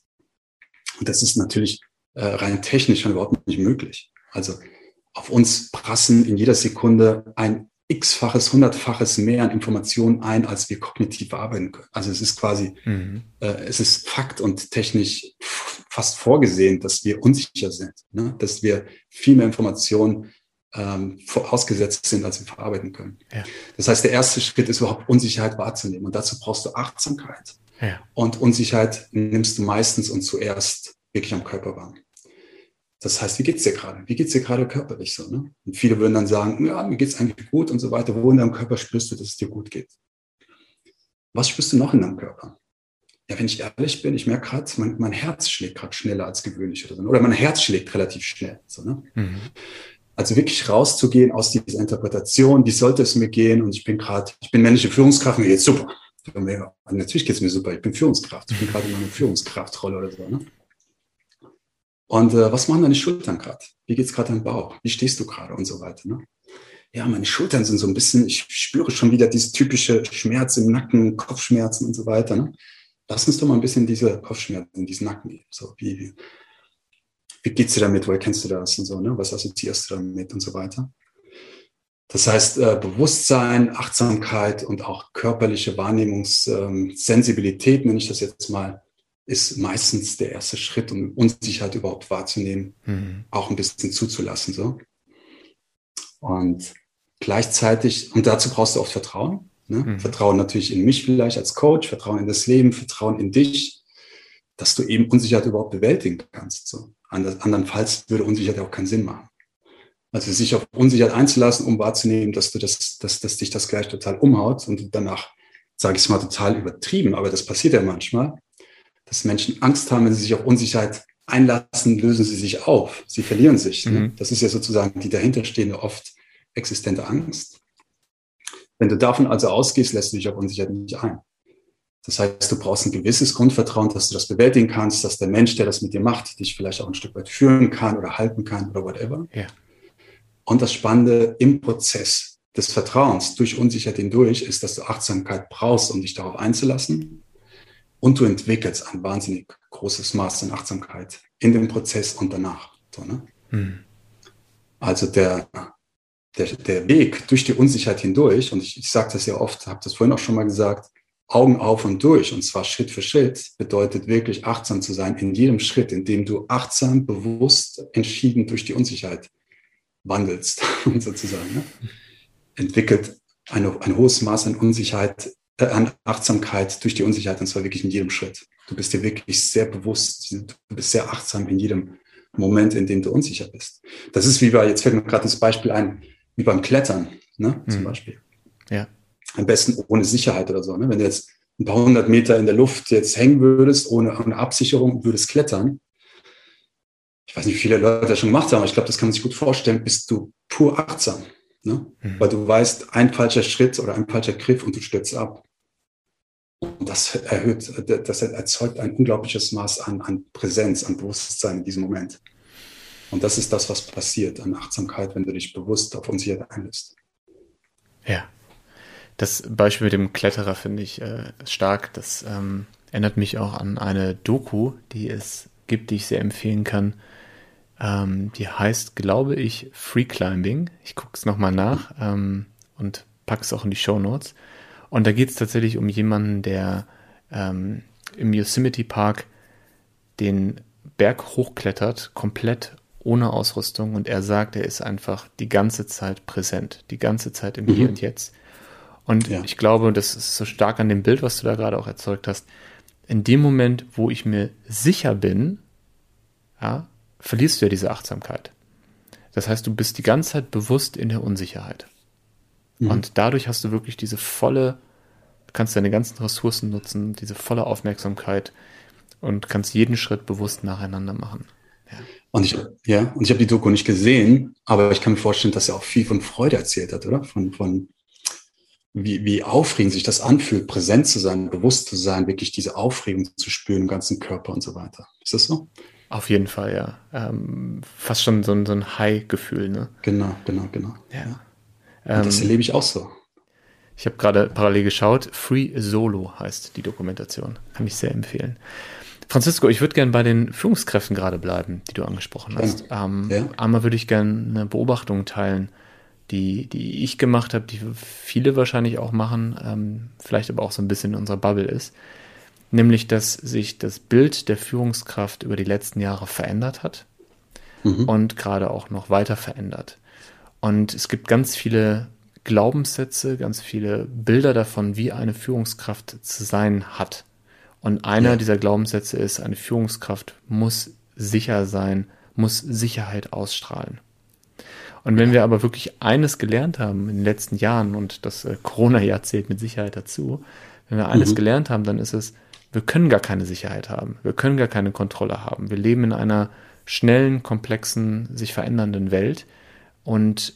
Und das ist natürlich rein technisch schon überhaupt nicht möglich. Also auf uns prassen in jeder Sekunde ein x-faches, 100-faches mehr an Informationen ein, als wir kognitiv verarbeiten können. Also es ist quasi, es ist Fakt und technisch fast vorgesehen, dass wir unsicher sind, ne? Dass wir viel mehr Informationen ausgesetzt sind, als wir verarbeiten können. Ja. Das heißt, der erste Schritt ist überhaupt Unsicherheit wahrzunehmen und dazu brauchst du Achtsamkeit. Ja. Und Unsicherheit nimmst du meistens und zuerst wirklich am Körper wahr. Das heißt, wie geht's dir gerade? Wie geht's dir gerade körperlich so? Ne? Und viele würden dann sagen, ja, mir geht's eigentlich gut und so weiter. Wo in deinem Körper spürst du, dass es dir gut geht? Was spürst du noch in deinem Körper? Ja, wenn ich ehrlich bin, ich merke gerade, mein Herz schlägt gerade schneller als gewöhnlich oder so. Oder mein Herz schlägt relativ schnell. So, ne? Mhm. Also wirklich rauszugehen aus dieser Interpretation, wie sollte es mir gehen? Und ich bin männliche Führungskraft, mir geht's super. Natürlich geht's mir super, ich bin Führungskraft. Ich bin gerade in meiner Führungskraftrolle oder so. Ne? Und was machen deine Schultern gerade? Wie geht's gerade am Bauch? Wie stehst du gerade? Und so weiter. Ne? Ja, meine Schultern sind so ein bisschen, ich spüre schon wieder dieses typische Schmerz im Nacken, Kopfschmerzen und so weiter. Ne? Lass uns doch mal ein bisschen diese Kopfschmerzen, diesen Nacken geben. So, wie geht's dir damit? Woher kennst du das? Und so, ne? Was assoziierst du damit? Und so weiter. Das heißt, Bewusstsein, Achtsamkeit und auch körperliche Wahrnehmungssensibilität, nenne ich das jetzt mal, ist meistens der erste Schritt, um Unsicherheit überhaupt wahrzunehmen, auch ein bisschen zuzulassen. So. Und gleichzeitig, und dazu brauchst du auch Vertrauen. Ne? Vertrauen natürlich in mich vielleicht als Coach, Vertrauen in das Leben, Vertrauen in dich, dass du eben Unsicherheit überhaupt bewältigen kannst. So. Andernfalls würde Unsicherheit auch keinen Sinn machen. Also sich auf Unsicherheit einzulassen, um wahrzunehmen, dass dich das gleich total umhaut und danach, sage ich es mal, total übertrieben, aber das passiert ja manchmal, dass Menschen Angst haben, wenn sie sich auf Unsicherheit einlassen, lösen sie sich auf, sie verlieren sich. Ne? Das ist ja sozusagen die dahinterstehende, oft existente Angst. Wenn du davon also ausgehst, lässt du dich auf Unsicherheit nicht ein. Das heißt, du brauchst ein gewisses Grundvertrauen, dass du das bewältigen kannst, dass der Mensch, der das mit dir macht, dich vielleicht auch ein Stück weit führen kann oder halten kann oder whatever. Ja. Und das Spannende im Prozess des Vertrauens durch Unsicherheit hindurch ist, dass du Achtsamkeit brauchst, um dich darauf einzulassen. Und du entwickelst ein wahnsinnig großes Maß an Achtsamkeit in dem Prozess und danach. So, ne? Also der Weg durch die Unsicherheit hindurch, und ich sage das ja oft, habe das vorhin auch schon mal gesagt, Augen auf und durch, und zwar Schritt für Schritt, bedeutet wirklich achtsam zu sein in jedem Schritt, in dem du achtsam, bewusst, entschieden durch die Unsicherheit wandelst, sozusagen. Ne? Entwickelt ein hohes Maß an Unsicherheit, an Achtsamkeit durch die Unsicherheit, und zwar wirklich in jedem Schritt. Du bist dir wirklich sehr bewusst, du bist sehr achtsam in jedem Moment, in dem du unsicher bist. Das ist jetzt fällt mir gerade das Beispiel ein, wie beim Klettern, ne, zum Beispiel. Ja. Am besten ohne Sicherheit oder so. Ne? Wenn du jetzt ein paar 100 Meter in der Luft jetzt hängen würdest, ohne Absicherung, und würdest klettern, ich weiß nicht, wie viele Leute das schon gemacht haben, aber ich glaube, das kann man sich gut vorstellen, bist du pur achtsam. Ne? Weil du weißt, ein falscher Schritt oder ein falscher Griff und du stürzt ab. Und das erzeugt ein unglaubliches Maß an Präsenz, an Bewusstsein in diesem Moment. Und das ist das, was passiert an Achtsamkeit, wenn du dich bewusst auf Unsicherheit einlässt. Ja, das Beispiel mit dem Kletterer finde ich stark. Das erinnert mich auch an eine Doku, die es gibt, die ich sehr empfehlen kann. Die heißt, glaube ich, Free Climbing. Ich gucke es nochmal nach und packe es auch in die Shownotes. Und da geht es tatsächlich um jemanden, der im Yosemite Park den Berg hochklettert, komplett ohne Ausrüstung. Und er sagt, er ist einfach die ganze Zeit präsent, die ganze Zeit im Hier und Jetzt. Und ich glaube, das ist so stark an dem Bild, was du da gerade auch erzeugt hast. In dem Moment, wo ich mir sicher bin, ja, verlierst du ja diese Achtsamkeit. Das heißt, du bist die ganze Zeit bewusst in der Unsicherheit. Und dadurch hast du wirklich kannst deine ganzen Ressourcen nutzen, diese volle Aufmerksamkeit und kannst jeden Schritt bewusst nacheinander machen. Ja. Und ich habe die Doku nicht gesehen, aber ich kann mir vorstellen, dass er auch viel von Freude erzählt hat, oder? Von wie aufregend sich das anfühlt, präsent zu sein, bewusst zu sein, wirklich diese Aufregung zu spüren im ganzen Körper und so weiter. Ist das so? Auf jeden Fall, ja. Fast schon so ein High-Gefühl, ne? Genau. Ja. Und das erlebe ich auch so. Ich habe gerade parallel geschaut. Free Solo heißt die Dokumentation. Kann ich sehr empfehlen. Francisco, ich würde gerne bei den Führungskräften gerade bleiben, die du angesprochen hast. Einmal würde ich gerne eine Beobachtung teilen, die ich gemacht habe, die viele wahrscheinlich auch machen, vielleicht aber auch so ein bisschen in unserer Bubble ist. Nämlich, dass sich das Bild der Führungskraft über die letzten Jahre verändert hat und gerade auch noch weiter verändert. Und es gibt ganz viele Glaubenssätze, ganz viele Bilder davon, wie eine Führungskraft zu sein hat. Und einer dieser Glaubenssätze ist, eine Führungskraft muss sicher sein, muss Sicherheit ausstrahlen. Und wenn wir aber wirklich eines gelernt haben in den letzten Jahren, und das Corona-Jahr zählt mit Sicherheit dazu, wenn wir eines gelernt haben, dann ist es, wir können gar keine Sicherheit haben. Wir können gar keine Kontrolle haben. Wir leben in einer schnellen, komplexen, sich verändernden Welt. Und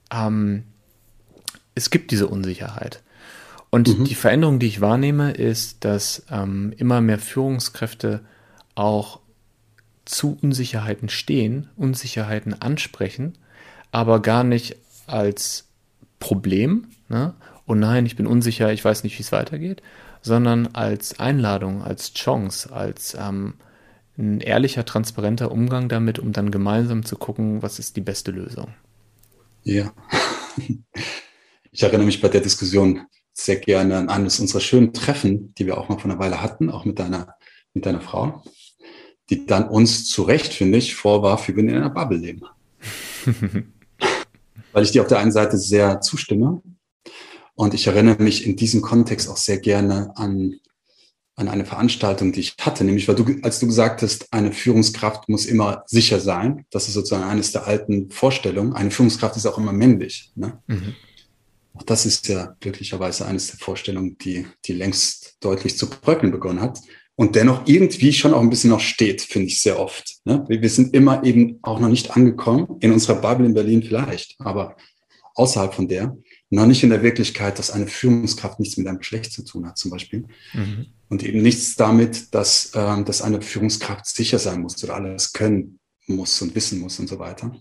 es gibt diese Unsicherheit. Und die Veränderung, die ich wahrnehme, ist, dass immer mehr Führungskräfte auch zu Unsicherheiten stehen, Unsicherheiten ansprechen, aber gar nicht als Problem, ne? Oh nein, ich bin unsicher, ich weiß nicht, wie es weitergeht, sondern als Einladung, als Chance, als ein ehrlicher, transparenter Umgang damit, um dann gemeinsam zu gucken, was ist die beste Lösung. Ja. Ich erinnere mich bei der Diskussion sehr gerne an eines unserer schönen Treffen, die wir auch mal vor einer Weile hatten, auch mit deiner Frau, die dann uns zu Recht, finde ich, vorwarf, wir würden in einer Bubble leben. Weil ich dir auf der einen Seite sehr zustimme und ich erinnere mich in diesem Kontext auch sehr gerne an eine Veranstaltung, die ich hatte, nämlich als du gesagt hast, eine Führungskraft muss immer sicher sein, das ist sozusagen eines der alten Vorstellungen, eine Führungskraft ist auch immer männlich, ne? Auch das ist ja glücklicherweise eines der Vorstellungen, die längst deutlich zu bröckeln begonnen hat und dennoch irgendwie schon auch ein bisschen noch steht, finde ich sehr oft. Ne? Wir sind immer eben auch noch nicht angekommen, in unserer Bubble in Berlin vielleicht, aber außerhalb von der, noch nicht in der Wirklichkeit, dass eine Führungskraft nichts mit einem Geschlecht zu tun hat zum Beispiel. Und eben nichts damit, dass eine Führungskraft sicher sein muss oder alles können muss und wissen muss und so weiter.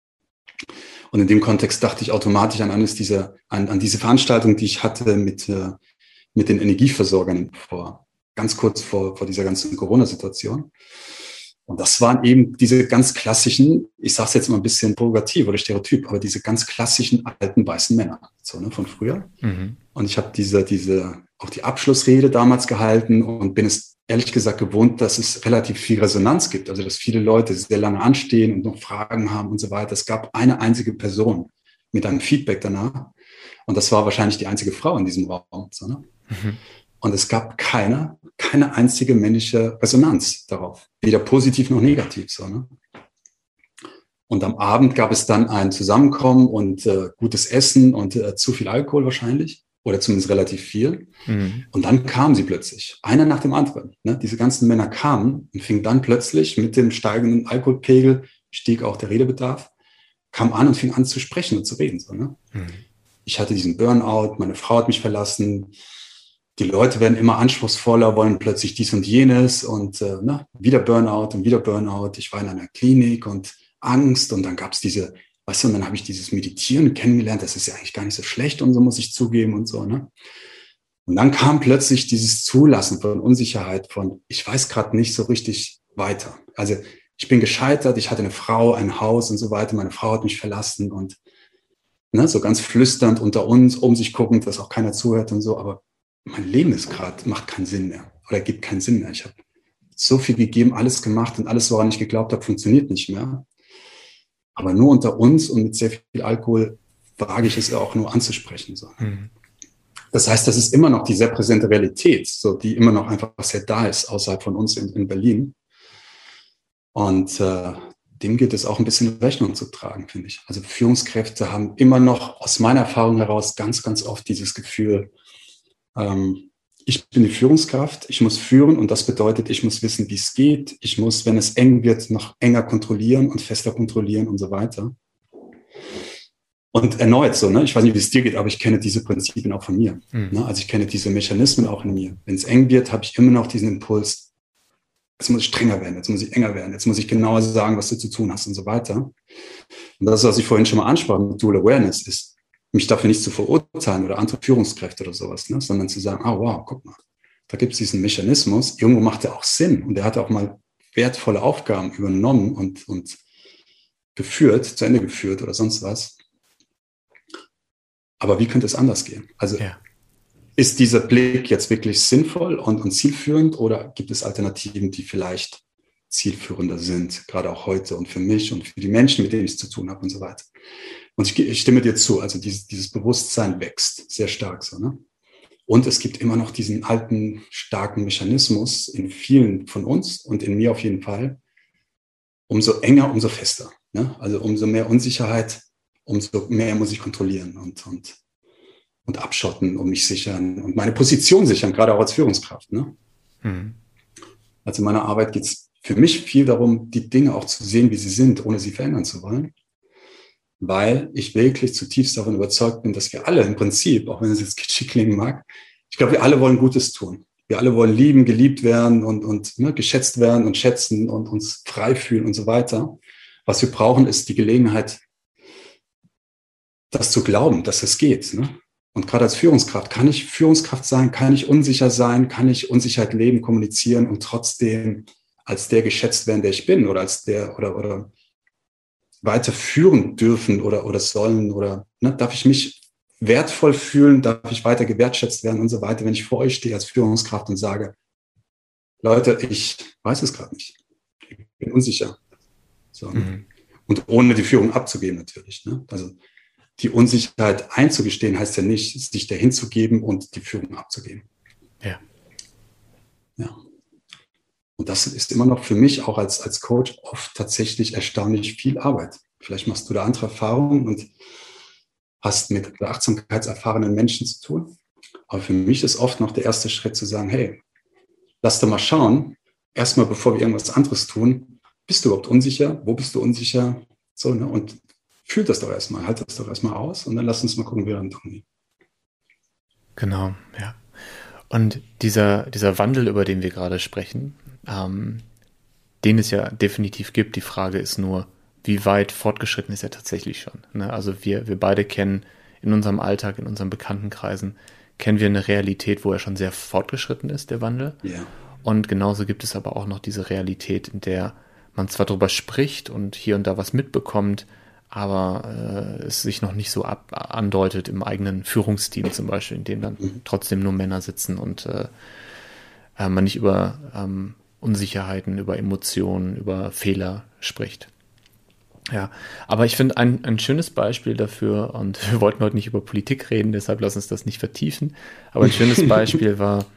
Und in dem Kontext dachte ich automatisch an diese Veranstaltung, die ich hatte mit den Energieversorgern ganz kurz vor dieser ganzen Corona-Situation. Und das waren eben diese ganz klassischen, ich sage es jetzt mal ein bisschen provokativ oder stereotyp, aber diese ganz klassischen alten weißen Männer, so, ne, von früher. Und ich habe auch die Abschlussrede damals gehalten und bin es ehrlich gesagt gewohnt, dass es relativ viel Resonanz gibt. Also, dass viele Leute sehr lange anstehen und noch Fragen haben und so weiter. Es gab eine einzige Person mit einem Feedback danach. Und das war wahrscheinlich die einzige Frau in diesem Raum. So, ne? Und es gab keine einzige männliche Resonanz darauf. Weder positiv noch negativ. So, ne? Und am Abend gab es dann ein Zusammenkommen und gutes Essen und zu viel Alkohol wahrscheinlich. Oder zumindest relativ viel. Und dann kamen sie plötzlich, einer nach dem anderen. Ne? Diese ganzen Männer kamen und fingen dann plötzlich mit dem steigenden Alkoholpegel, stieg auch der Redebedarf, kam an und fing an zu sprechen und zu reden. So, ne? Ich hatte diesen Burnout, meine Frau hat mich verlassen, die Leute werden immer anspruchsvoller, wollen plötzlich dies und jenes und wieder Burnout und wieder Burnout. Ich war in einer Klinik und Angst und dann gab es und dann habe ich dieses Meditieren kennengelernt, das ist ja eigentlich gar nicht so schlecht und so, muss ich zugeben und so, ne? Und dann kam plötzlich dieses Zulassen von Unsicherheit, von ich weiß gerade nicht so richtig weiter. Also ich bin gescheitert, ich hatte eine Frau, ein Haus und so weiter, meine Frau hat mich verlassen und ne, so ganz flüsternd unter uns, um sich guckend, dass auch keiner zuhört und so, aber mein Leben ist gerade, macht keinen Sinn mehr oder gibt keinen Sinn mehr. Ich habe so viel gegeben, alles gemacht und alles, woran ich geglaubt habe, funktioniert nicht mehr. Aber nur unter uns und mit sehr viel Alkohol wage ich es ja auch nur anzusprechen. So. Das heißt, das ist immer noch die sehr präsente Realität, so, die immer noch einfach sehr da ist, außerhalb von uns in Berlin. Und dem gilt es auch ein bisschen Rechnung zu tragen, finde ich. Also Führungskräfte haben immer noch aus meiner Erfahrung heraus ganz, ganz oft dieses Gefühl, ich bin die Führungskraft, ich muss führen und das bedeutet, ich muss wissen, wie es geht. Ich muss, wenn es eng wird, noch enger kontrollieren und fester kontrollieren und so weiter. Und erneut so, ne? Ich weiß nicht, wie es dir geht, aber ich kenne diese Prinzipien auch von mir. Ne? Also ich kenne diese Mechanismen auch in mir. Wenn es eng wird, habe ich immer noch diesen Impuls, jetzt muss ich strenger werden, jetzt muss ich enger werden, jetzt muss ich genauer sagen, was du zu tun hast und so weiter. Und das, was ich vorhin schon mal ansprach mit Dual Awareness, ist, mich dafür nicht zu verurteilen oder andere Führungskräfte oder sowas, ne? Sondern zu sagen, wow, guck mal, da gibt es diesen Mechanismus, irgendwo macht der auch Sinn und der hat auch mal wertvolle Aufgaben übernommen und geführt, zu Ende geführt oder sonst was. Aber wie könnte es anders gehen? Also ist dieser Blick jetzt wirklich sinnvoll und zielführend oder gibt es Alternativen, die vielleicht zielführender sind, gerade auch heute und für mich und für die Menschen, mit denen ich es zu tun habe und so weiter. Und ich stimme dir zu, also dieses Bewusstsein wächst sehr stark so, ne? Und es gibt immer noch diesen alten, starken Mechanismus in vielen von uns und in mir auf jeden Fall. Umso enger, umso fester, ne? Also umso mehr Unsicherheit, umso mehr muss ich kontrollieren und abschotten und mich sichern und meine Position sichern, gerade auch als Führungskraft, ne? Also in meiner Arbeit geht es für mich viel darum, die Dinge auch zu sehen, wie sie sind, ohne sie verändern zu wollen. Weil ich wirklich zutiefst davon überzeugt bin, dass wir alle im Prinzip, auch wenn es jetzt kitschig klingen mag, ich glaube, wir alle wollen Gutes tun. Wir alle wollen lieben, geliebt werden und ne, geschätzt werden und schätzen und uns frei fühlen und so weiter. Was wir brauchen, ist die Gelegenheit, das zu glauben, dass es geht. Ne? Und gerade als Führungskraft, kann ich Führungskraft sein, kann ich unsicher sein, kann ich Unsicherheit leben, kommunizieren und trotzdem als der geschätzt werden, der ich bin oder als der oder weiter führen dürfen oder sollen oder ne, darf ich mich wertvoll fühlen, darf ich weiter gewertschätzt werden und so weiter, wenn ich vor euch stehe als Führungskraft und sage, Leute, ich weiß es gerade nicht. Ich bin unsicher. So, ne? Und ohne die Führung abzugeben natürlich. Ne? Also die Unsicherheit einzugestehen heißt ja nicht, sich dahin zu geben und die Führung abzugeben. Ja. Und das ist immer noch für mich auch als Coach oft tatsächlich erstaunlich viel Arbeit. Vielleicht machst du da andere Erfahrungen und hast mit achtsamkeitserfahrenen Menschen zu tun. Aber für mich ist oft noch der erste Schritt zu sagen, hey, lass doch mal schauen, erstmal bevor wir irgendwas anderes tun, bist du überhaupt unsicher? Wo bist du unsicher? So, ne? Und fühl das doch erstmal, halt das doch erstmal aus und dann lass uns mal gucken, wie wir damit umgehen. Genau, ja. Und dieser Wandel, über den wir gerade sprechen, den es ja definitiv gibt, die Frage ist nur, wie weit fortgeschritten ist er tatsächlich schon? Ne? Also wir beide kennen in unserem Alltag, in unseren Bekanntenkreisen, kennen wir eine Realität, wo er schon sehr fortgeschritten ist, der Wandel. Ja. Und genauso gibt es aber auch noch diese Realität, in der man zwar drüber spricht und hier und da was mitbekommt, aber es sich noch nicht so andeutet im eigenen Führungsteam zum Beispiel, in dem dann trotzdem nur Männer sitzen und man nicht über Unsicherheiten, über Emotionen, über Fehler spricht. Ja, aber ich finde ein schönes Beispiel dafür, und wir wollten heute nicht über Politik reden, deshalb lass uns das nicht vertiefen, aber ein schönes Beispiel war,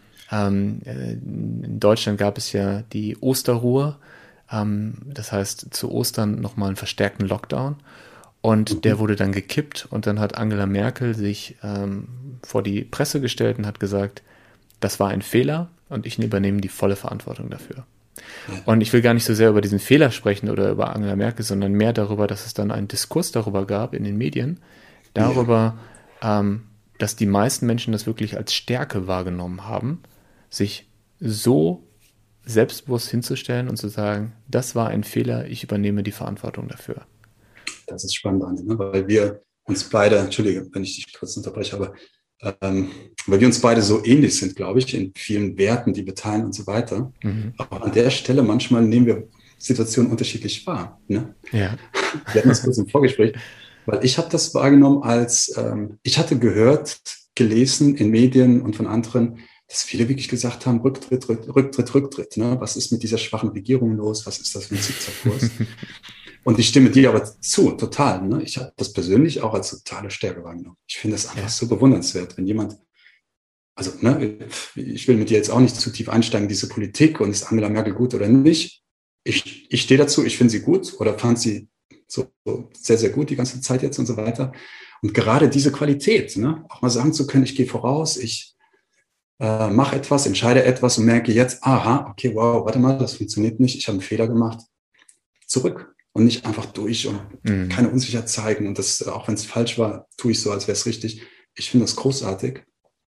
in Deutschland gab es ja die Osterruhe, das heißt zu Ostern nochmal einen verstärkten Lockdown, und der wurde dann gekippt und dann hat Angela Merkel sich vor die Presse gestellt und hat gesagt, das war ein Fehler und ich übernehme die volle Verantwortung dafür. Und ich will gar nicht so sehr über diesen Fehler sprechen oder über Angela Merkel, sondern mehr darüber, dass es dann einen Diskurs darüber gab in den Medien, darüber, dass die meisten Menschen das wirklich als Stärke wahrgenommen haben, sich so selbstbewusst hinzustellen und zu sagen, das war ein Fehler, ich übernehme die Verantwortung dafür. Das ist spannend, Anne, ne? Weil wir uns beide, entschuldige, wenn ich dich kurz unterbreche, aber weil wir uns beide so ähnlich sind, glaube ich, in vielen Werten, die wir teilen und so weiter. Aber an der Stelle manchmal nehmen wir Situation unterschiedlich wahr. Ne? Ja. Wir hatten das kurz im Vorgespräch, weil ich habe das wahrgenommen als, ich hatte gehört, gelesen in Medien und von anderen, dass viele wirklich gesagt haben, Rücktritt, Rücktritt, Rücktritt. Ne? Was ist mit dieser schwachen Regierung los? Was ist das für ein Zickzackkurs? Und ich stimme dir aber zu, total. Ne? Ich habe das persönlich auch als totale Stärke wahrgenommen. Ich finde das einfach so bewundernswert, wenn jemand, also ne, ich will mit dir jetzt auch nicht zu tief einsteigen, diese Politik und ist Angela Merkel gut oder nicht. Ich stehe dazu, ich finde sie gut oder fand sie so sehr, sehr gut die ganze Zeit jetzt und so weiter. Und gerade diese Qualität, ne, auch mal sagen zu können, ich gehe voraus, ich mache etwas, entscheide etwas und merke jetzt, aha, okay, wow, warte mal, das funktioniert nicht, ich habe einen Fehler gemacht, zurück und nicht einfach durch und keine Unsicherheit zeigen und das, auch wenn es falsch war, tue ich so, als wäre es richtig. Ich finde das großartig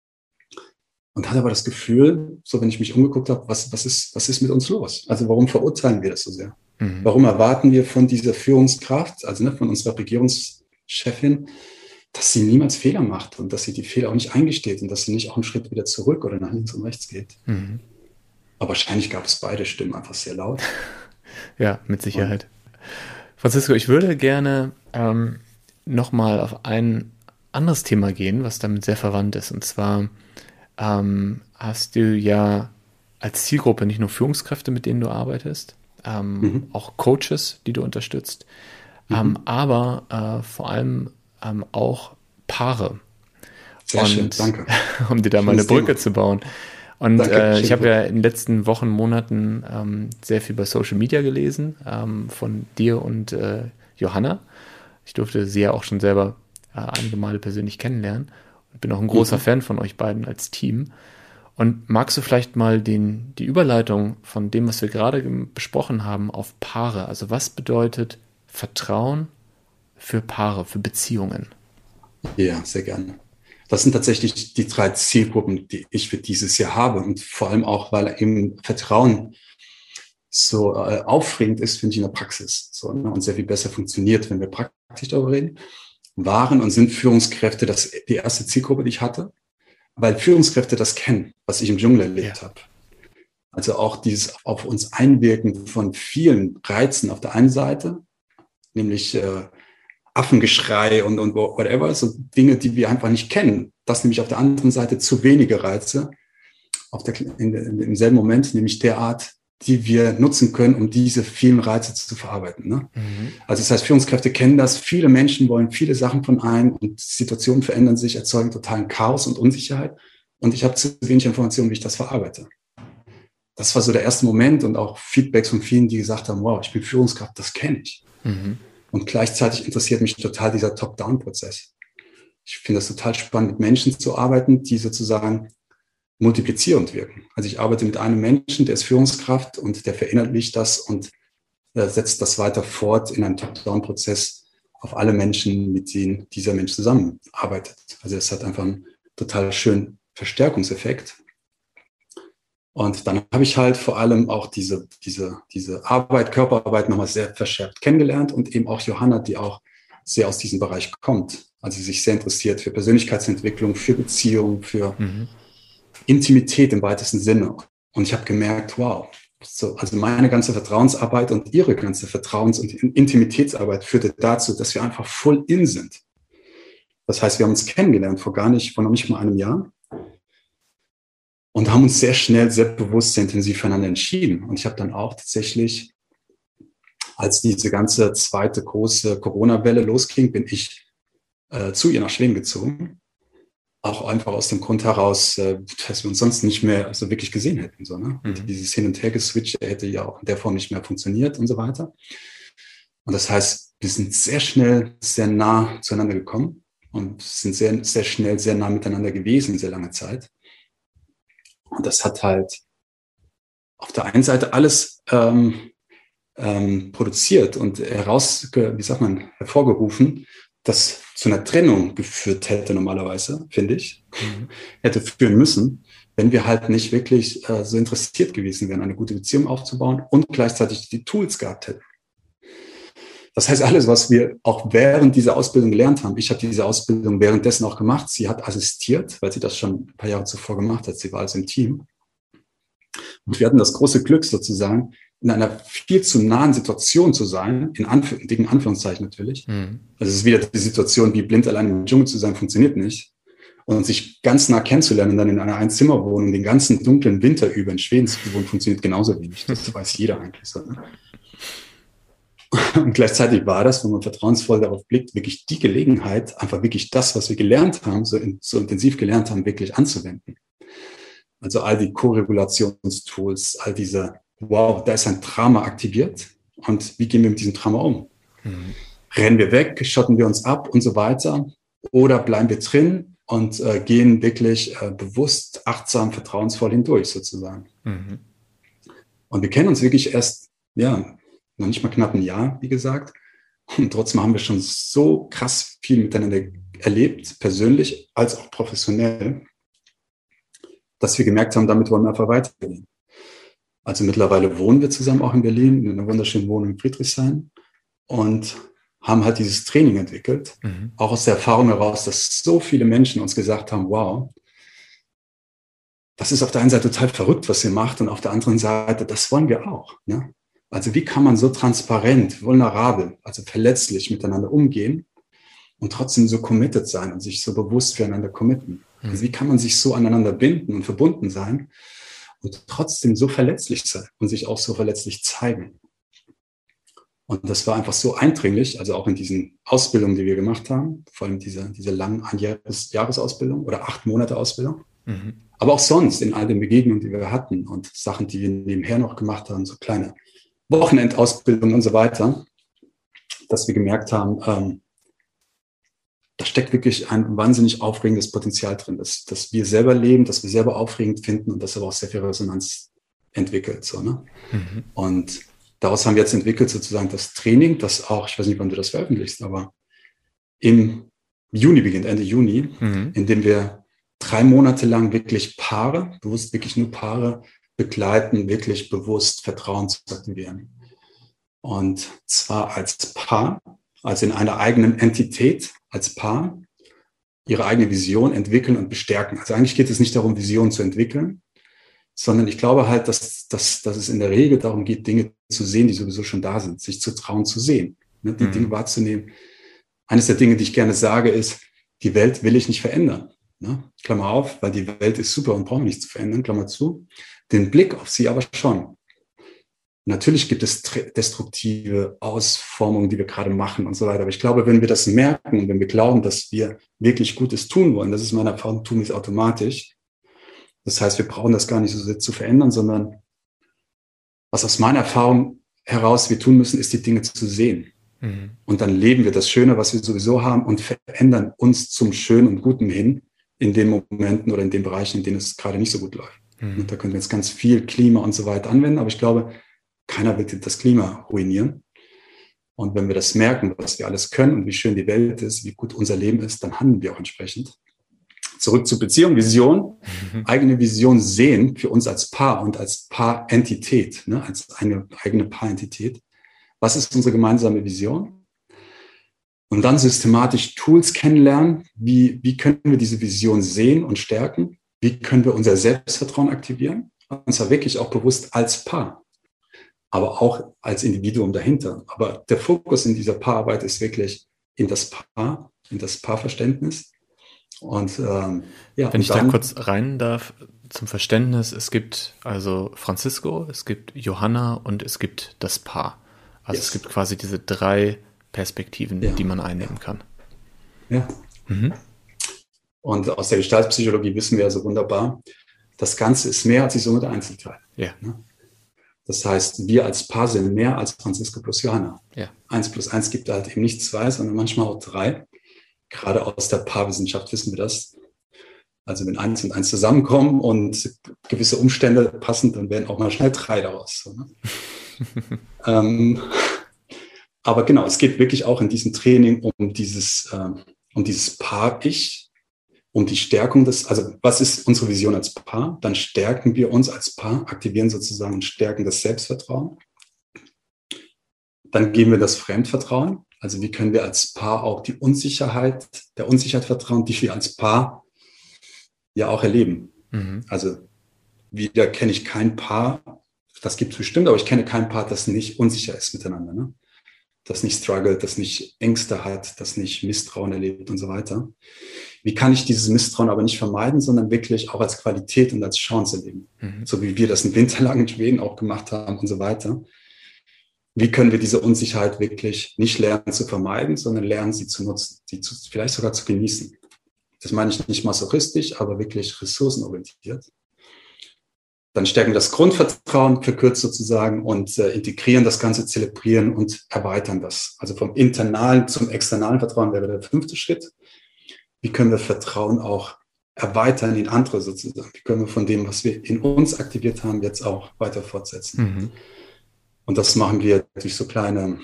und hatte aber das Gefühl, so wenn ich mich umgeguckt habe, was ist mit uns los? Also warum verurteilen wir das so sehr? Warum erwarten wir von dieser Führungskraft, also ne, von unserer Regierungschefin, dass sie niemals Fehler macht und dass sie die Fehler auch nicht eingesteht und dass sie nicht auch einen Schritt wieder zurück oder nach links und rechts geht. Aber wahrscheinlich gab es beide Stimmen einfach sehr laut. Ja, mit Sicherheit. Francisco, ich würde gerne nochmal auf ein anderes Thema gehen, was damit sehr verwandt ist. Und zwar hast du ja als Zielgruppe nicht nur Führungskräfte, mit denen du arbeitest, auch Coaches, die du unterstützt, aber vor allem auch Paare. Sehr schön, danke. Um dir da mal eine Brücke zu bauen. Und ich habe ja in den letzten Wochen, Monaten sehr viel bei Social Media gelesen von dir und Johanna. Ich durfte sie ja auch schon selber einige Male persönlich kennenlernen und bin auch ein großer Fan von euch beiden als Team. Und magst du vielleicht mal die Überleitung von dem, was wir gerade besprochen haben, auf Paare? Also was bedeutet Vertrauen für Paare, für Beziehungen? Ja, sehr gerne. Das sind tatsächlich die 3 Zielgruppen, die ich für dieses Jahr habe. Und vor allem auch, weil eben Vertrauen so aufregend ist, finde ich, in der Praxis. So, ne? Und sehr viel besser funktioniert, wenn wir praktisch darüber reden. Waren und sind Führungskräfte die erste Zielgruppe, die ich hatte. Weil Führungskräfte das kennen, was ich im Dschungel erlebt habe. Also auch dieses auf uns Einwirken von vielen Reizen auf der einen Seite, nämlich Affengeschrei und whatever, so Dinge, die wir einfach nicht kennen. Das nämlich auf der anderen Seite zu wenige Reize im selben Moment, nämlich der Art, die wir nutzen können, um diese vielen Reize zu verarbeiten. Ne? Also das heißt, Führungskräfte kennen das, viele Menschen wollen viele Sachen von einem und Situationen verändern sich, erzeugen totalen Chaos und Unsicherheit und ich habe zu wenig Informationen, wie ich das verarbeite. Das war so der erste Moment und auch Feedbacks von vielen, die gesagt haben, wow, ich bin Führungskraft, das kenne ich. Und gleichzeitig interessiert mich total dieser Top-Down-Prozess. Ich finde das total spannend, mit Menschen zu arbeiten, die sozusagen multiplizierend wirken. Also ich arbeite mit einem Menschen, der ist Führungskraft und der verinnerlicht das und setzt das weiter fort in einem Top-Down-Prozess auf alle Menschen, mit denen dieser Mensch zusammenarbeitet. Also es hat einfach einen total schönen Verstärkungseffekt. Und dann habe ich halt vor allem auch diese Arbeit, Körperarbeit nochmal sehr verschärft kennengelernt und eben auch Johanna, die auch sehr aus diesem Bereich kommt. Also sie sich sehr interessiert für Persönlichkeitsentwicklung, für Beziehung, für Intimität im weitesten Sinne. Und ich habe gemerkt, wow, so, also meine ganze Vertrauensarbeit und ihre ganze Vertrauens- und Intimitätsarbeit führte dazu, dass wir einfach full in sind. Das heißt, wir haben uns kennengelernt vor noch nicht mal einem Jahr. Und haben uns sehr schnell, sehr bewusst, sehr intensiv füreinander entschieden. Und ich habe dann auch tatsächlich, als diese ganze zweite große Corona-Welle losging, bin ich zu ihr nach Schweden gezogen. Auch einfach aus dem Grund heraus, dass wir uns sonst nicht mehr so wirklich gesehen hätten. So, ne? Und dieses Hin- und Her-Geswitch hätte ja auch in der Form nicht mehr funktioniert und so weiter. Und das heißt, wir sind sehr schnell, sehr nah zueinander gekommen und sind sehr, sehr schnell, sehr nah miteinander gewesen, sehr lange Zeit. Und das hat halt auf der einen Seite alles produziert und hervorgerufen, das zu einer Trennung geführt hätte normalerweise, finde ich, hätte führen müssen, wenn wir halt nicht wirklich so interessiert gewesen wären, eine gute Beziehung aufzubauen und gleichzeitig die Tools gehabt hätten. Das heißt, alles, was wir auch während dieser Ausbildung gelernt haben, ich habe diese Ausbildung währenddessen auch gemacht, sie hat assistiert, weil sie das schon ein paar Jahre zuvor gemacht hat, sie war also im Team. Und wir hatten das große Glück sozusagen, in einer viel zu nahen Situation zu sein, in dicken Anführungszeichen natürlich. Also es ist wieder die Situation, wie blind allein im Dschungel zu sein, funktioniert nicht. Und sich ganz nah kennenzulernen und dann in einer Einzimmerwohnung den ganzen dunklen Winter über in Schweden zu wohnen, funktioniert genauso wenig. Das weiß jeder eigentlich so. Ne? Und gleichzeitig war das, wenn man vertrauensvoll darauf blickt, wirklich die Gelegenheit, einfach wirklich das, was wir gelernt haben, so intensiv gelernt haben, wirklich anzuwenden. Also all die Koregulationstools, all diese, wow, da ist ein Trauma aktiviert und wie gehen wir mit diesem Trauma um? Rennen wir weg, schotten wir uns ab und so weiter oder bleiben wir drin und gehen wirklich bewusst, achtsam, vertrauensvoll hindurch sozusagen. Und wir kennen uns wirklich erst, noch nicht mal knapp ein Jahr, wie gesagt. Und trotzdem haben wir schon so krass viel miteinander erlebt, persönlich als auch professionell, dass wir gemerkt haben, damit wollen wir einfach weitergehen. Also mittlerweile wohnen wir zusammen auch in Berlin, in einer wunderschönen Wohnung in Friedrichshain und haben halt dieses Training entwickelt, auch aus der Erfahrung heraus, dass so viele Menschen uns gesagt haben, wow, das ist auf der einen Seite total verrückt, was ihr macht und auf der anderen Seite, das wollen wir auch. Ne? Also wie kann man so transparent, vulnerabel, also verletzlich miteinander umgehen und trotzdem so committed sein und sich so bewusst füreinander committen? Also wie kann man sich so aneinander binden und verbunden sein und trotzdem so verletzlich sein und sich auch so verletzlich zeigen? Und das war einfach so eindringlich, also auch in diesen Ausbildungen, die wir gemacht haben, vor allem diese langen Jahresausbildung oder 8 Monate Ausbildung. Aber auch sonst in all den Begegnungen, die wir hatten und Sachen, die wir nebenher noch gemacht haben, so kleine Wochenendausbildung und so weiter, dass wir gemerkt haben, da steckt wirklich ein wahnsinnig aufregendes Potenzial drin, dass wir selber leben, dass wir selber aufregend finden und das aber auch sehr viel Resonanz entwickelt. So, ne? Und daraus haben wir jetzt entwickelt sozusagen das Training, das auch, ich weiß nicht, wann du das veröffentlichst, aber im Juni beginnt, Ende Juni, in dem wir 3 Monate lang wirklich Paare, bewusst wirklich nur Paare, begleiten, wirklich bewusst Vertrauen zu aktivieren. Und zwar als Paar, also in einer eigenen Entität, als Paar, ihre eigene Vision entwickeln und bestärken. Also eigentlich geht es nicht darum, Visionen zu entwickeln, sondern ich glaube halt, dass es in der Regel darum geht, Dinge zu sehen, die sowieso schon da sind, sich zu trauen zu sehen, ne, die Dinge wahrzunehmen. Eines der Dinge, die ich gerne sage, ist, die Welt will ich nicht verändern. Ne? Klammer auf, weil die Welt ist super und brauchen wir nicht zu verändern, Klammer zu. Den Blick auf sie aber schon. Natürlich gibt es destruktive Ausformungen, die wir gerade machen und so weiter. Aber ich glaube, wenn wir das merken und wenn wir glauben, dass wir wirklich Gutes tun wollen, das ist meine Erfahrung, tun wir es automatisch. Das heißt, wir brauchen das gar nicht so sehr zu verändern, sondern was aus meiner Erfahrung heraus wir tun müssen, ist die Dinge zu sehen. Und dann leben wir das Schöne, was wir sowieso haben und verändern uns zum Schönen und Guten hin in den Momenten oder in den Bereichen, in denen es gerade nicht so gut läuft. Und da können wir jetzt ganz viel Klima und so weiter anwenden, aber ich glaube, keiner will das Klima ruinieren. Und wenn wir das merken, was wir alles können und wie schön die Welt ist, wie gut unser Leben ist, dann handeln wir auch entsprechend. Zurück zur Beziehung, Vision, eigene Vision sehen für uns als Paar und als Paarentität, ne, als eine eigene Paarentität. Was ist unsere gemeinsame Vision? Und dann systematisch Tools kennenlernen. Wie können wir diese Vision sehen und stärken? Wie können wir unser Selbstvertrauen aktivieren? Und zwar wirklich auch bewusst als Paar, aber auch als Individuum dahinter. Aber der Fokus in dieser Paararbeit ist wirklich in das Paar, in das Paarverständnis. Und wenn ich da kurz rein darf, zum Verständnis, es gibt also Francisco, es gibt Johanna und es gibt das Paar. Also es gibt quasi diese 3 Perspektiven, die man einnehmen kann. Ja. Und aus der Gestaltpsychologie wissen wir ja so wunderbar, das Ganze ist mehr als die Summe der Einzelteile. Ja. Das heißt, wir als Paar sind mehr als Francisco plus Johanna. Ja. 1 plus 1 gibt halt eben nicht 2, sondern manchmal auch 3. Gerade aus der Paarwissenschaft wissen wir das. Also wenn 1 und 1 zusammenkommen und gewisse Umstände passen, dann werden auch mal schnell 3 daraus. So, ne? Aber genau, es geht wirklich auch in diesem Training um dieses Paar-Ich, um die Stärkung also was ist unsere Vision als Paar? Dann stärken wir uns als Paar, aktivieren sozusagen und stärken das Selbstvertrauen. Dann geben wir das Fremdvertrauen. Also wie können wir als Paar auch der Unsicherheit vertrauen, die wir als Paar ja auch erleben. Also wieder kenne ich kein Paar, das gibt es bestimmt, aber ich kenne kein Paar, das nicht unsicher ist miteinander, ne? Das nicht struggelt, das nicht Ängste hat, das nicht Misstrauen erlebt und so weiter. Wie kann ich dieses Misstrauen aber nicht vermeiden, sondern wirklich auch als Qualität und als Chance erleben? So wie wir das in winterlang in Schweden auch gemacht haben und so weiter. Wie können wir diese Unsicherheit wirklich nicht lernen zu vermeiden, sondern lernen, sie zu nutzen, vielleicht sogar zu genießen? Das meine ich nicht masochistisch, aber wirklich ressourcenorientiert. Dann stärken das Grundvertrauen, verkürzt sozusagen, und integrieren das Ganze, zelebrieren und erweitern das. Also vom internalen zum externalen Vertrauen wäre der 5. Schritt. Wie können wir Vertrauen auch erweitern in andere sozusagen? Wie können wir von dem, was wir in uns aktiviert haben, jetzt auch weiter fortsetzen? Und das machen wir durch so kleine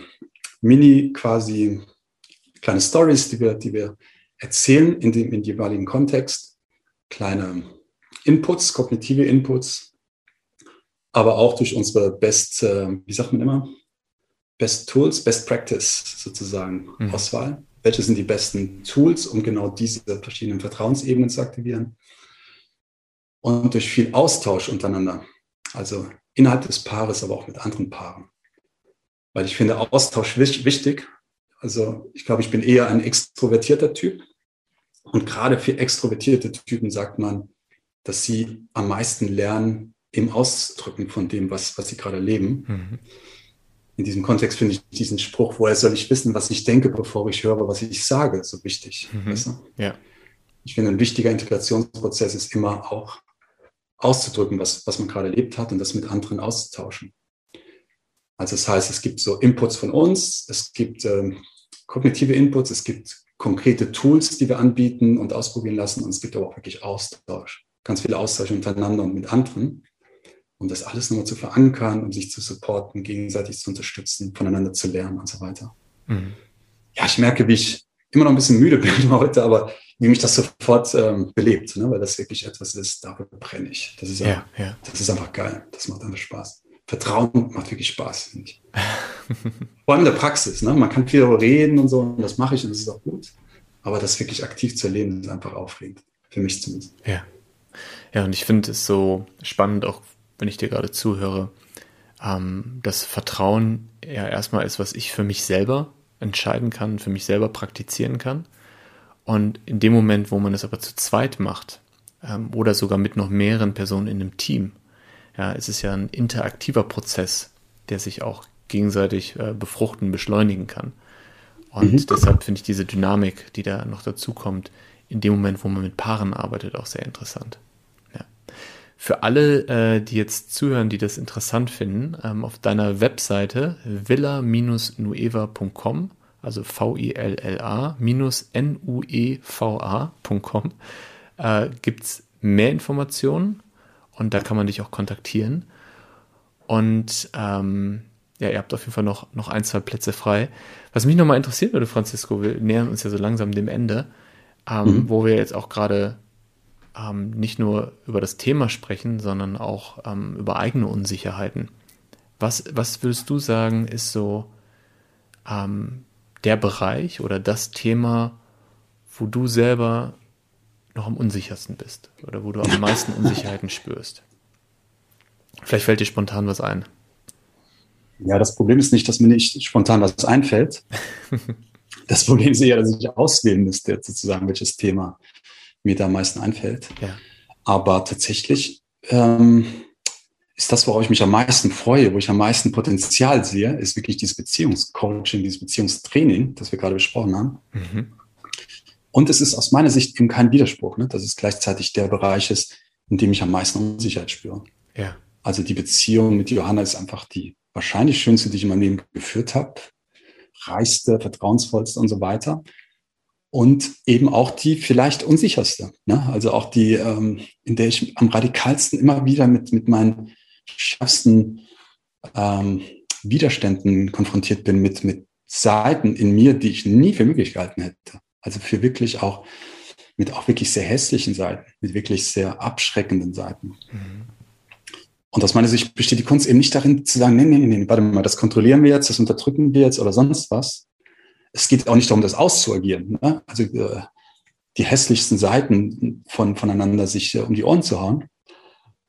kleine Stories, die wir erzählen in dem jeweiligen Kontext. Kleine Inputs, kognitive Inputs, aber auch durch unsere Best Tools, Best Practice sozusagen Auswahl. Welche sind die besten Tools, um genau diese verschiedenen Vertrauensebenen zu aktivieren? Und durch viel Austausch untereinander, also innerhalb des Paares, aber auch mit anderen Paaren. Weil ich finde Austausch wichtig. Also ich glaube, ich bin eher ein extrovertierter Typ. Und gerade für extrovertierte Typen sagt man, dass sie am meisten lernen im Ausdrücken von dem, was sie gerade erleben. In diesem Kontext finde ich diesen Spruch, woher soll ich wissen, was ich denke, bevor ich höre, was ich sage, so wichtig. Weißt du? Ja. Ich finde, ein wichtiger Integrationsprozess ist immer auch auszudrücken, was man gerade erlebt hat und das mit anderen auszutauschen. Also das heißt, es gibt so Inputs von uns, es gibt kognitive Inputs, es gibt konkrete Tools, die wir anbieten und ausprobieren lassen, und es gibt aber auch wirklich Austausch. Ganz viel Austausch untereinander und mit anderen, um das alles nochmal zu verankern, um sich zu supporten, gegenseitig zu unterstützen, voneinander zu lernen und so weiter. Ja, ich merke, wie ich immer noch ein bisschen müde bin heute, aber wie mich das sofort belebt, ne? Weil das wirklich etwas ist, dafür brenne ich. Das ist einfach geil. Das macht einfach Spaß. Vertrauen macht wirklich Spaß, finde ich. Vor allem in der Praxis. Ne? Man kann viel darüber reden und so, und das mache ich und das ist auch gut. Aber das wirklich aktiv zu erleben, ist einfach aufregend. Für mich zumindest. Ja, und ich finde es so spannend, auch wenn ich dir gerade zuhöre, dass Vertrauen ja erstmal ist, was ich für mich selber entscheiden kann, für mich selber praktizieren kann. Und in dem Moment, wo man es aber zu zweit macht, oder sogar mit noch mehreren Personen in einem Team, ja, es ist ja ein interaktiver Prozess, der sich auch gegenseitig befruchten, beschleunigen kann. Und deshalb finde ich diese Dynamik, die da noch dazu kommt, in dem Moment, wo man mit Paaren arbeitet, auch sehr interessant. Ja. Für alle, die jetzt zuhören, die das interessant finden, auf deiner Webseite villa-nueva.com, also villa-nueva.com, gibt es mehr Informationen, und da kann man dich auch kontaktieren. Und ihr habt auf jeden Fall noch 1, 2 Plätze frei. Was mich nochmal interessiert würde, Francisco, wir nähern uns ja so langsam dem Ende, wo wir jetzt auch gerade nicht nur über das Thema sprechen, sondern auch über eigene Unsicherheiten. Was würdest du sagen, ist so der Bereich oder das Thema, wo du selber noch am unsichersten bist oder wo du am meisten Unsicherheiten spürst? Vielleicht fällt dir spontan was ein. Ja, das Problem ist nicht, dass mir nicht spontan was einfällt. Das Problem ist eher, dass ich auswählen müsste, jetzt sozusagen, welches Thema mir da am meisten einfällt. Ja. Aber tatsächlich ist das, worauf ich mich am meisten freue, wo ich am meisten Potenzial sehe, ist wirklich dieses Beziehungscoaching, dieses Beziehungstraining, das wir gerade besprochen haben. Und es ist aus meiner Sicht eben kein Widerspruch, ne? Dass es gleichzeitig der Bereich ist, in dem ich am meisten Unsicherheit spüre. Ja. Also die Beziehung mit Johanna ist einfach die wahrscheinlich schönste, die ich in meinem Leben geführt habe. Reichste, vertrauensvollste und so weiter. Und eben auch die vielleicht unsicherste. Ne? Also auch die, in der ich am radikalsten immer wieder mit meinen schärfsten Widerständen konfrontiert bin, mit Seiten in mir, die ich nie für möglich gehalten hätte. Also für wirklich auch, mit auch wirklich sehr hässlichen Seiten, mit wirklich sehr abschreckenden Seiten. Und aus meiner Sicht besteht die Kunst eben nicht darin zu sagen, nee, warte mal, das kontrollieren wir jetzt, das unterdrücken wir jetzt oder sonst was. Es geht auch nicht darum, das auszuagieren. Ne? Also die hässlichsten Seiten voneinander sich um die Ohren zu hauen.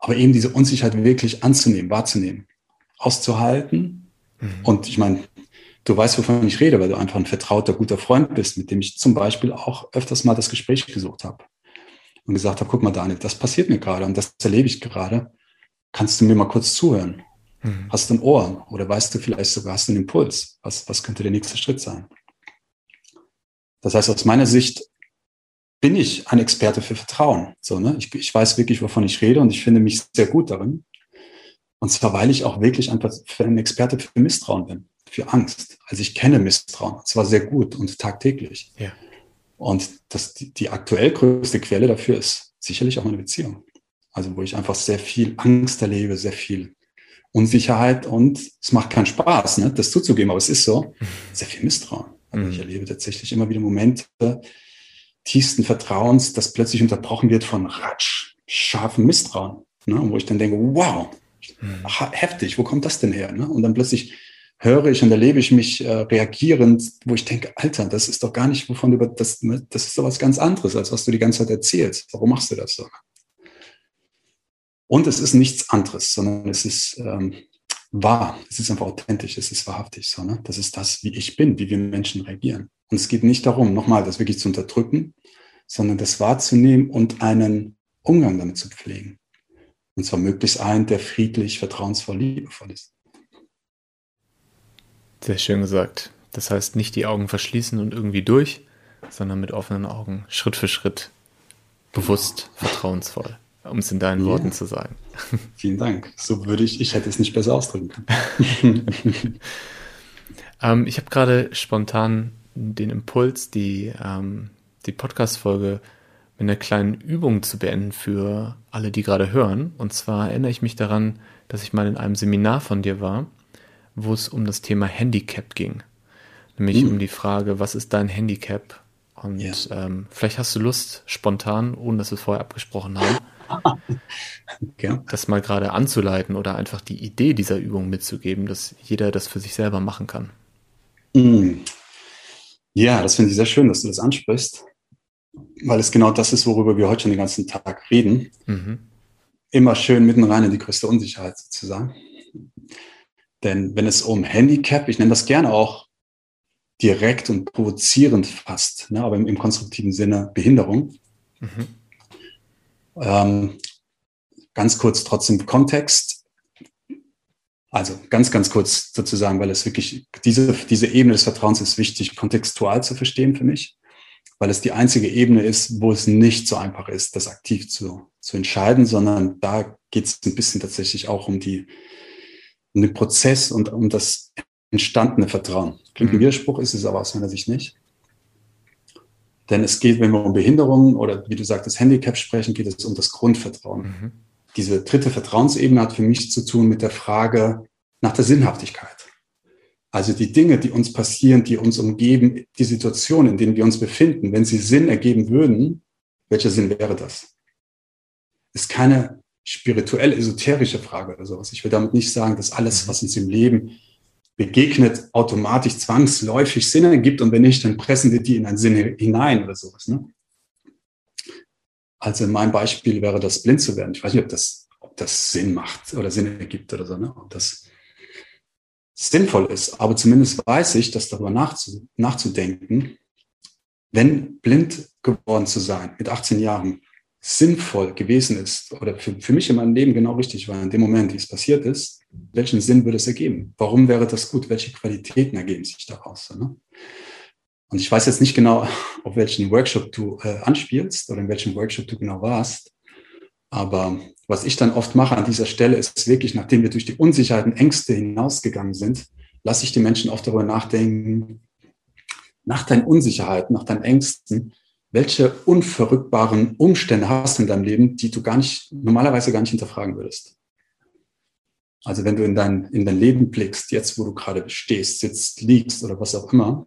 Aber eben diese Unsicherheit wirklich anzunehmen, wahrzunehmen, auszuhalten. Und ich meine, du weißt, wovon ich rede, weil du einfach ein vertrauter, guter Freund bist, mit dem ich zum Beispiel auch öfters mal das Gespräch gesucht habe und gesagt habe, guck mal, Daniel, das passiert mir gerade und das erlebe ich gerade. Kannst du mir mal kurz zuhören? Hast du ein Ohr? Oder weißt du vielleicht sogar, hast du einen Impuls? Was könnte der nächste Schritt sein? Das heißt, aus meiner Sicht bin ich ein Experte für Vertrauen. So, ne? Ich weiß wirklich, wovon ich rede und ich finde mich sehr gut darin. Und zwar, weil ich auch wirklich ein Experte für Misstrauen bin, für Angst. Also ich kenne Misstrauen, und zwar sehr gut und tagtäglich. Ja. Und die aktuell größte Quelle dafür ist sicherlich auch meine Beziehung. Also wo ich einfach sehr viel Angst erlebe, sehr viel Unsicherheit und es macht keinen Spaß, ne, das zuzugeben, aber es ist so, sehr viel Misstrauen. Also ich erlebe tatsächlich immer wieder Momente tiefsten Vertrauens, das plötzlich unterbrochen wird von scharfem Misstrauen, ne, wo ich dann denke, wow, heftig, wo kommt das denn her? Ne? Und dann plötzlich höre ich und erlebe ich mich reagierend, wo ich denke, Alter, das ist doch gar nicht, wovon du das ist doch was ganz anderes, als was du die ganze Zeit erzählst. Warum machst du das so? Und es ist nichts anderes, sondern es ist wahr. Es ist einfach authentisch, es ist wahrhaftig. So, ne? Das ist das, wie ich bin, wie wir Menschen reagieren. Und es geht nicht darum, nochmal, das wirklich zu unterdrücken, sondern das wahrzunehmen und einen Umgang damit zu pflegen. Und zwar möglichst einen, der friedlich, vertrauensvoll, liebevoll ist. Sehr schön gesagt. Das heißt, nicht die Augen verschließen und irgendwie durch, sondern mit offenen Augen, Schritt für Schritt, bewusst, vertrauensvoll, um es in deinen Worten zu sagen. Vielen Dank. So ich hätte es nicht besser ausdrücken können. Ich habe gerade spontan den Impuls, die Podcast-Folge mit einer kleinen Übung zu beenden für alle, die gerade hören. Und zwar erinnere ich mich daran, dass ich mal in einem Seminar von dir war, wo es um das Thema Handicap ging. Nämlich um die Frage, was ist dein Handicap? Und vielleicht hast du Lust, spontan, ohne dass wir es vorher abgesprochen haben, das mal gerade anzuleiten oder einfach die Idee dieser Übung mitzugeben, dass jeder das für sich selber machen kann. Ja, das finde ich sehr schön, dass du das ansprichst, weil es genau das ist, worüber wir heute schon den ganzen Tag reden. Immer schön mitten rein in die größte Unsicherheit sozusagen. Denn wenn es um Handicap, ich nenne das gerne auch direkt und provozierend fast, ne, aber im konstruktiven Sinne Behinderung. Ganz kurz trotzdem Kontext. Also ganz, ganz kurz sozusagen, weil es wirklich, diese Ebene des Vertrauens ist wichtig, kontextual zu verstehen für mich, weil es die einzige Ebene ist, wo es nicht so einfach ist, das aktiv zu entscheiden, sondern da geht es ein bisschen tatsächlich auch um den Prozess und um das entstandene Vertrauen. Klingt ein Widerspruch, ist es aber aus meiner Sicht nicht. Denn es geht, wenn wir um Behinderungen oder wie du sagtest, Handicap sprechen, geht es um das Grundvertrauen. Diese dritte Vertrauensebene hat für mich zu tun mit der Frage nach der Sinnhaftigkeit. Also die Dinge, die uns passieren, die uns umgeben, die Situationen, in denen wir uns befinden, wenn sie Sinn ergeben würden, welcher Sinn wäre das? Ist keine spirituell esoterische Frage oder sowas. Ich will damit nicht sagen, dass alles, was uns im Leben begegnet, automatisch zwangsläufig Sinn ergibt und wenn nicht, dann pressen wir die in einen Sinn hinein oder sowas. Ne? Also in meinem Beispiel wäre das, blind zu werden. Ich weiß nicht, ob das Sinn macht oder Sinn ergibt oder so, ne? Ob das sinnvoll ist. Aber zumindest weiß ich, dass darüber nachzudenken, wenn blind geworden zu sein mit 18 Jahren sinnvoll gewesen ist oder für mich in meinem Leben genau richtig war, in dem Moment, wie es passiert ist, welchen Sinn würde es ergeben? Warum wäre das gut? Welche Qualitäten ergeben sich daraus? Ne? Und ich weiß jetzt nicht genau, auf welchen Workshop du anspielst oder in welchem Workshop du genau warst. Aber was ich dann oft mache an dieser Stelle, ist wirklich, nachdem wir durch die Unsicherheiten, Ängste hinausgegangen sind, lasse ich die Menschen oft darüber nachdenken, nach deinen Unsicherheiten, nach deinen Ängsten, welche unverrückbaren Umstände hast du in deinem Leben, die du normalerweise gar nicht hinterfragen würdest. Also wenn du in dein Leben blickst, jetzt wo du gerade stehst, sitzt, liegst oder was auch immer,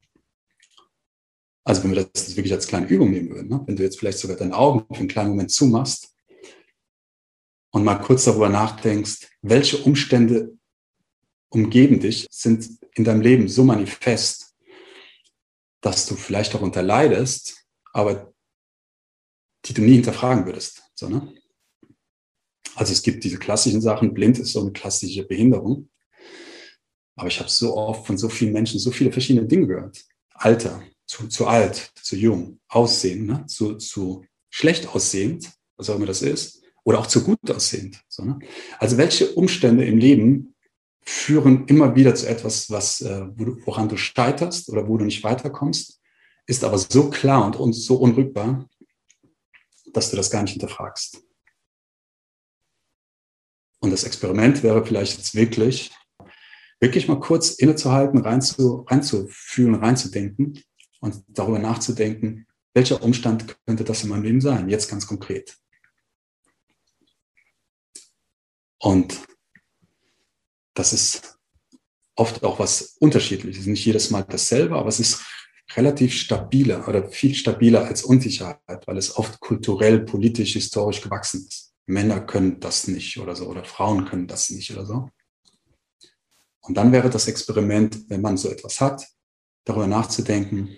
also wenn wir das wirklich als kleine Übung nehmen würden, ne? Wenn du jetzt vielleicht sogar deine Augen für einen kleinen Moment zumachst und mal kurz darüber nachdenkst, welche Umstände umgeben dich, sind in deinem Leben so manifest, dass du vielleicht darunter leidest, aber die du nie hinterfragen würdest. So, ne? Also es gibt diese klassischen Sachen, blind ist so eine klassische Behinderung. Aber ich habe so oft von so vielen Menschen so viele verschiedene Dinge gehört. Alter, zu alt, zu jung, Aussehen, ne? zu schlecht aussehend, was auch immer das ist, oder auch zu gut aussehend. So, ne? Also welche Umstände im Leben führen immer wieder zu etwas, woran du scheiterst oder wo du nicht weiterkommst, ist aber so klar und so unrückbar, dass du das gar nicht hinterfragst. Und das Experiment wäre vielleicht jetzt wirklich mal kurz innezuhalten, reinzufühlen, reinzudenken und darüber nachzudenken, welcher Umstand könnte das in meinem Leben sein, jetzt ganz konkret. Und das ist oft auch was Unterschiedliches, nicht jedes Mal dasselbe, aber es ist relativ stabiler oder viel stabiler als Unsicherheit, weil es oft kulturell, politisch, historisch gewachsen ist. Männer können das nicht oder so, oder Frauen können das nicht oder so. Und dann wäre das Experiment, wenn man so etwas hat, darüber nachzudenken.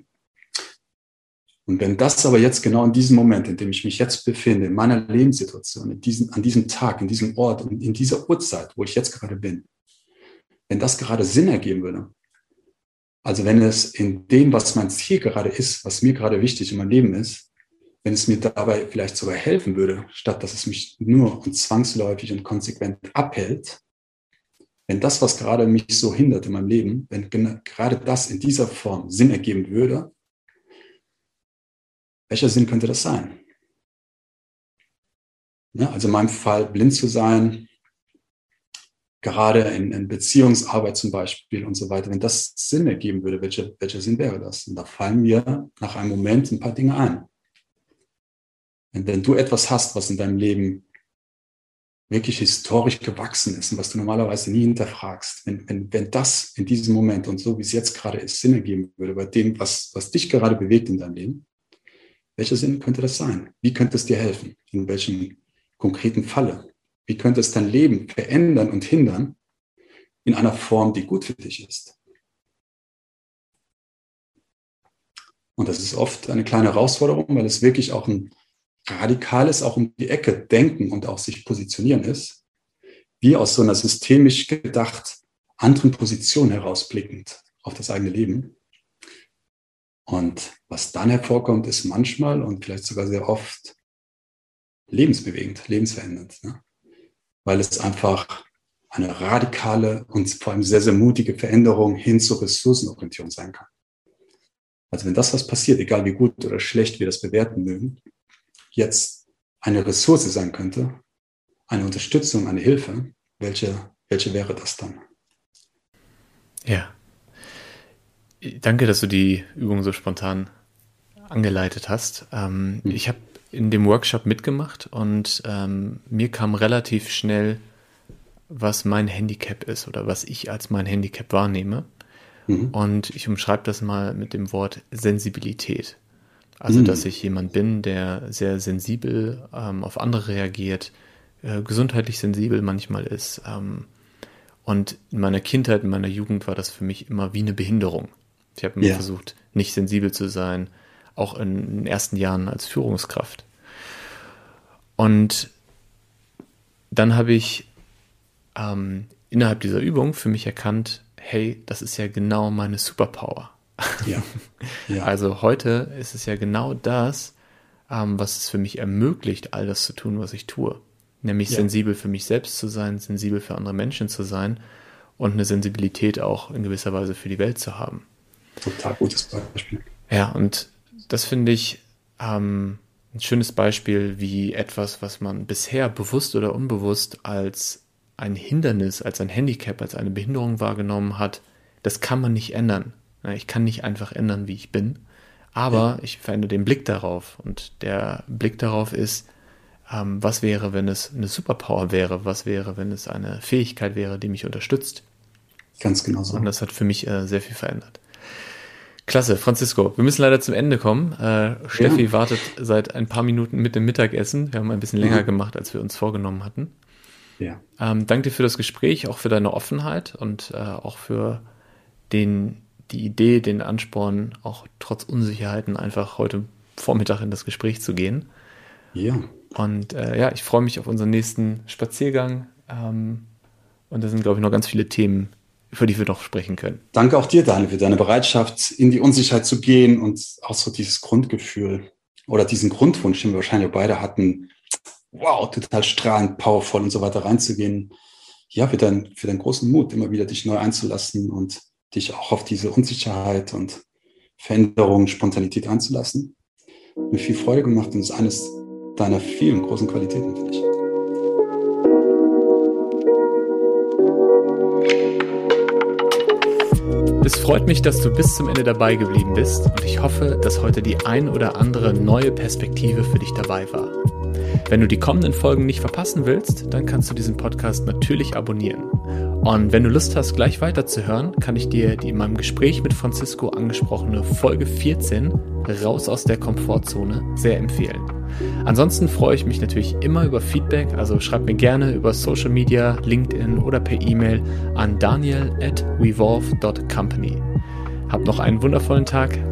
Und wenn das aber jetzt genau in diesem Moment, in dem ich mich jetzt befinde, in meiner Lebenssituation, an diesem Tag, in diesem Ort und in dieser Uhrzeit, wo ich jetzt gerade bin, wenn das gerade Sinn ergeben würde, also wenn es in dem, was mein Ziel gerade ist, was mir gerade wichtig in meinem Leben ist, wenn es mir dabei vielleicht sogar helfen würde, statt dass es mich nur und zwangsläufig und konsequent abhält, wenn das, was gerade mich so hindert in meinem Leben, wenn gerade das in dieser Form Sinn ergeben würde, welcher Sinn könnte das sein? Ja, also in meinem Fall blind zu sein, gerade in Beziehungsarbeit zum Beispiel und so weiter, wenn das Sinn ergeben würde, welcher Sinn wäre das? Und da fallen mir nach einem Moment ein paar Dinge ein. Wenn du etwas hast, was in deinem Leben wirklich historisch gewachsen ist und was du normalerweise nie hinterfragst, wenn das in diesem Moment und so wie es jetzt gerade ist, Sinn ergeben würde bei dem, was dich gerade bewegt in deinem Leben, welcher Sinn könnte das sein? Wie könnte es dir helfen? In welchem konkreten Falle? Wie könnte es dein Leben verändern und hindern in einer Form, die gut für dich ist? Und das ist oft eine kleine Herausforderung, weil es wirklich auch ein radikales, auch um die Ecke denken und auch sich positionieren ist, wie aus so einer systemisch gedacht anderen Position herausblickend auf das eigene Leben. Und was dann hervorkommt, ist manchmal und vielleicht sogar sehr oft lebensbewegend, lebensverändernd, ne? Weil es einfach eine radikale und vor allem sehr, sehr mutige Veränderung hin zur Ressourcenorientierung sein kann. Also wenn das, was passiert, egal wie gut oder schlecht wir das bewerten mögen, jetzt eine Ressource sein könnte, eine Unterstützung, eine Hilfe, welche wäre das dann? Ja. Danke, dass du die Übung so spontan angeleitet hast. Ich habe in dem Workshop mitgemacht und mir kam relativ schnell, was mein Handicap ist oder was ich als mein Handicap wahrnehme. Und ich umschreibe das mal mit dem Wort Sensibilität. Also, dass ich jemand bin, der sehr sensibel auf andere reagiert, gesundheitlich sensibel manchmal ist. Und in meiner Kindheit, in meiner Jugend war das für mich immer wie eine Behinderung. Ich habe immer versucht, nicht sensibel zu sein, auch in den ersten Jahren als Führungskraft. Und dann habe ich innerhalb dieser Übung für mich erkannt, hey, das ist ja genau meine Superpower. Ja. Ja. Also heute ist es ja genau das, was es für mich ermöglicht, all das zu tun, was ich tue. Nämlich sensibel für mich selbst zu sein, sensibel für andere Menschen zu sein und eine Sensibilität auch in gewisser Weise für die Welt zu haben. Total gutes Beispiel. Ja, und das finde ich ein schönes Beispiel, wie etwas, was man bisher bewusst oder unbewusst als ein Hindernis, als ein Handicap, als eine Behinderung wahrgenommen hat, das kann man nicht ändern. Ich kann nicht einfach ändern, wie ich bin, aber ich verändere den Blick darauf. Und der Blick darauf ist, was wäre, wenn es eine Superpower wäre? Was wäre, wenn es eine Fähigkeit wäre, die mich unterstützt? Ganz genau so. Und das hat für mich sehr viel verändert. Klasse, Francisco. Wir müssen leider zum Ende kommen. Steffi wartet seit ein paar Minuten mit dem Mittagessen. Wir haben ein bisschen länger gemacht, als wir uns vorgenommen hatten. Ja. Danke dir für das Gespräch, auch für deine Offenheit und auch für die Idee, den Ansporn, auch trotz Unsicherheiten einfach heute Vormittag in das Gespräch zu gehen. Ja. Und ich freue mich auf unseren nächsten Spaziergang. Und da sind, glaube ich, noch ganz viele Themen, über die wir noch sprechen können. Danke auch dir, Daniel, für deine Bereitschaft, in die Unsicherheit zu gehen und auch so dieses Grundgefühl oder diesen Grundwunsch, den wir wahrscheinlich beide hatten, wow, total strahlend, powervoll und so weiter reinzugehen. Ja, für deinen großen Mut, immer wieder dich neu einzulassen und dich auch auf diese Unsicherheit und Veränderung, Spontanität einzulassen. Mir viel Freude gemacht und ist eines deiner vielen großen Qualitäten, finde ich. Es freut mich, dass du bis zum Ende dabei geblieben bist und ich hoffe, dass heute die ein oder andere neue Perspektive für dich dabei war. Wenn du die kommenden Folgen nicht verpassen willst, dann kannst du diesen Podcast natürlich abonnieren. Und wenn du Lust hast, gleich weiterzuhören, kann ich dir die in meinem Gespräch mit Francisco angesprochene Folge 14, Raus aus der Komfortzone, sehr empfehlen. Ansonsten freue ich mich natürlich immer über Feedback, also schreib mir gerne über Social Media, LinkedIn oder per E-Mail an daniel@revolve.company. Hab noch einen wundervollen Tag,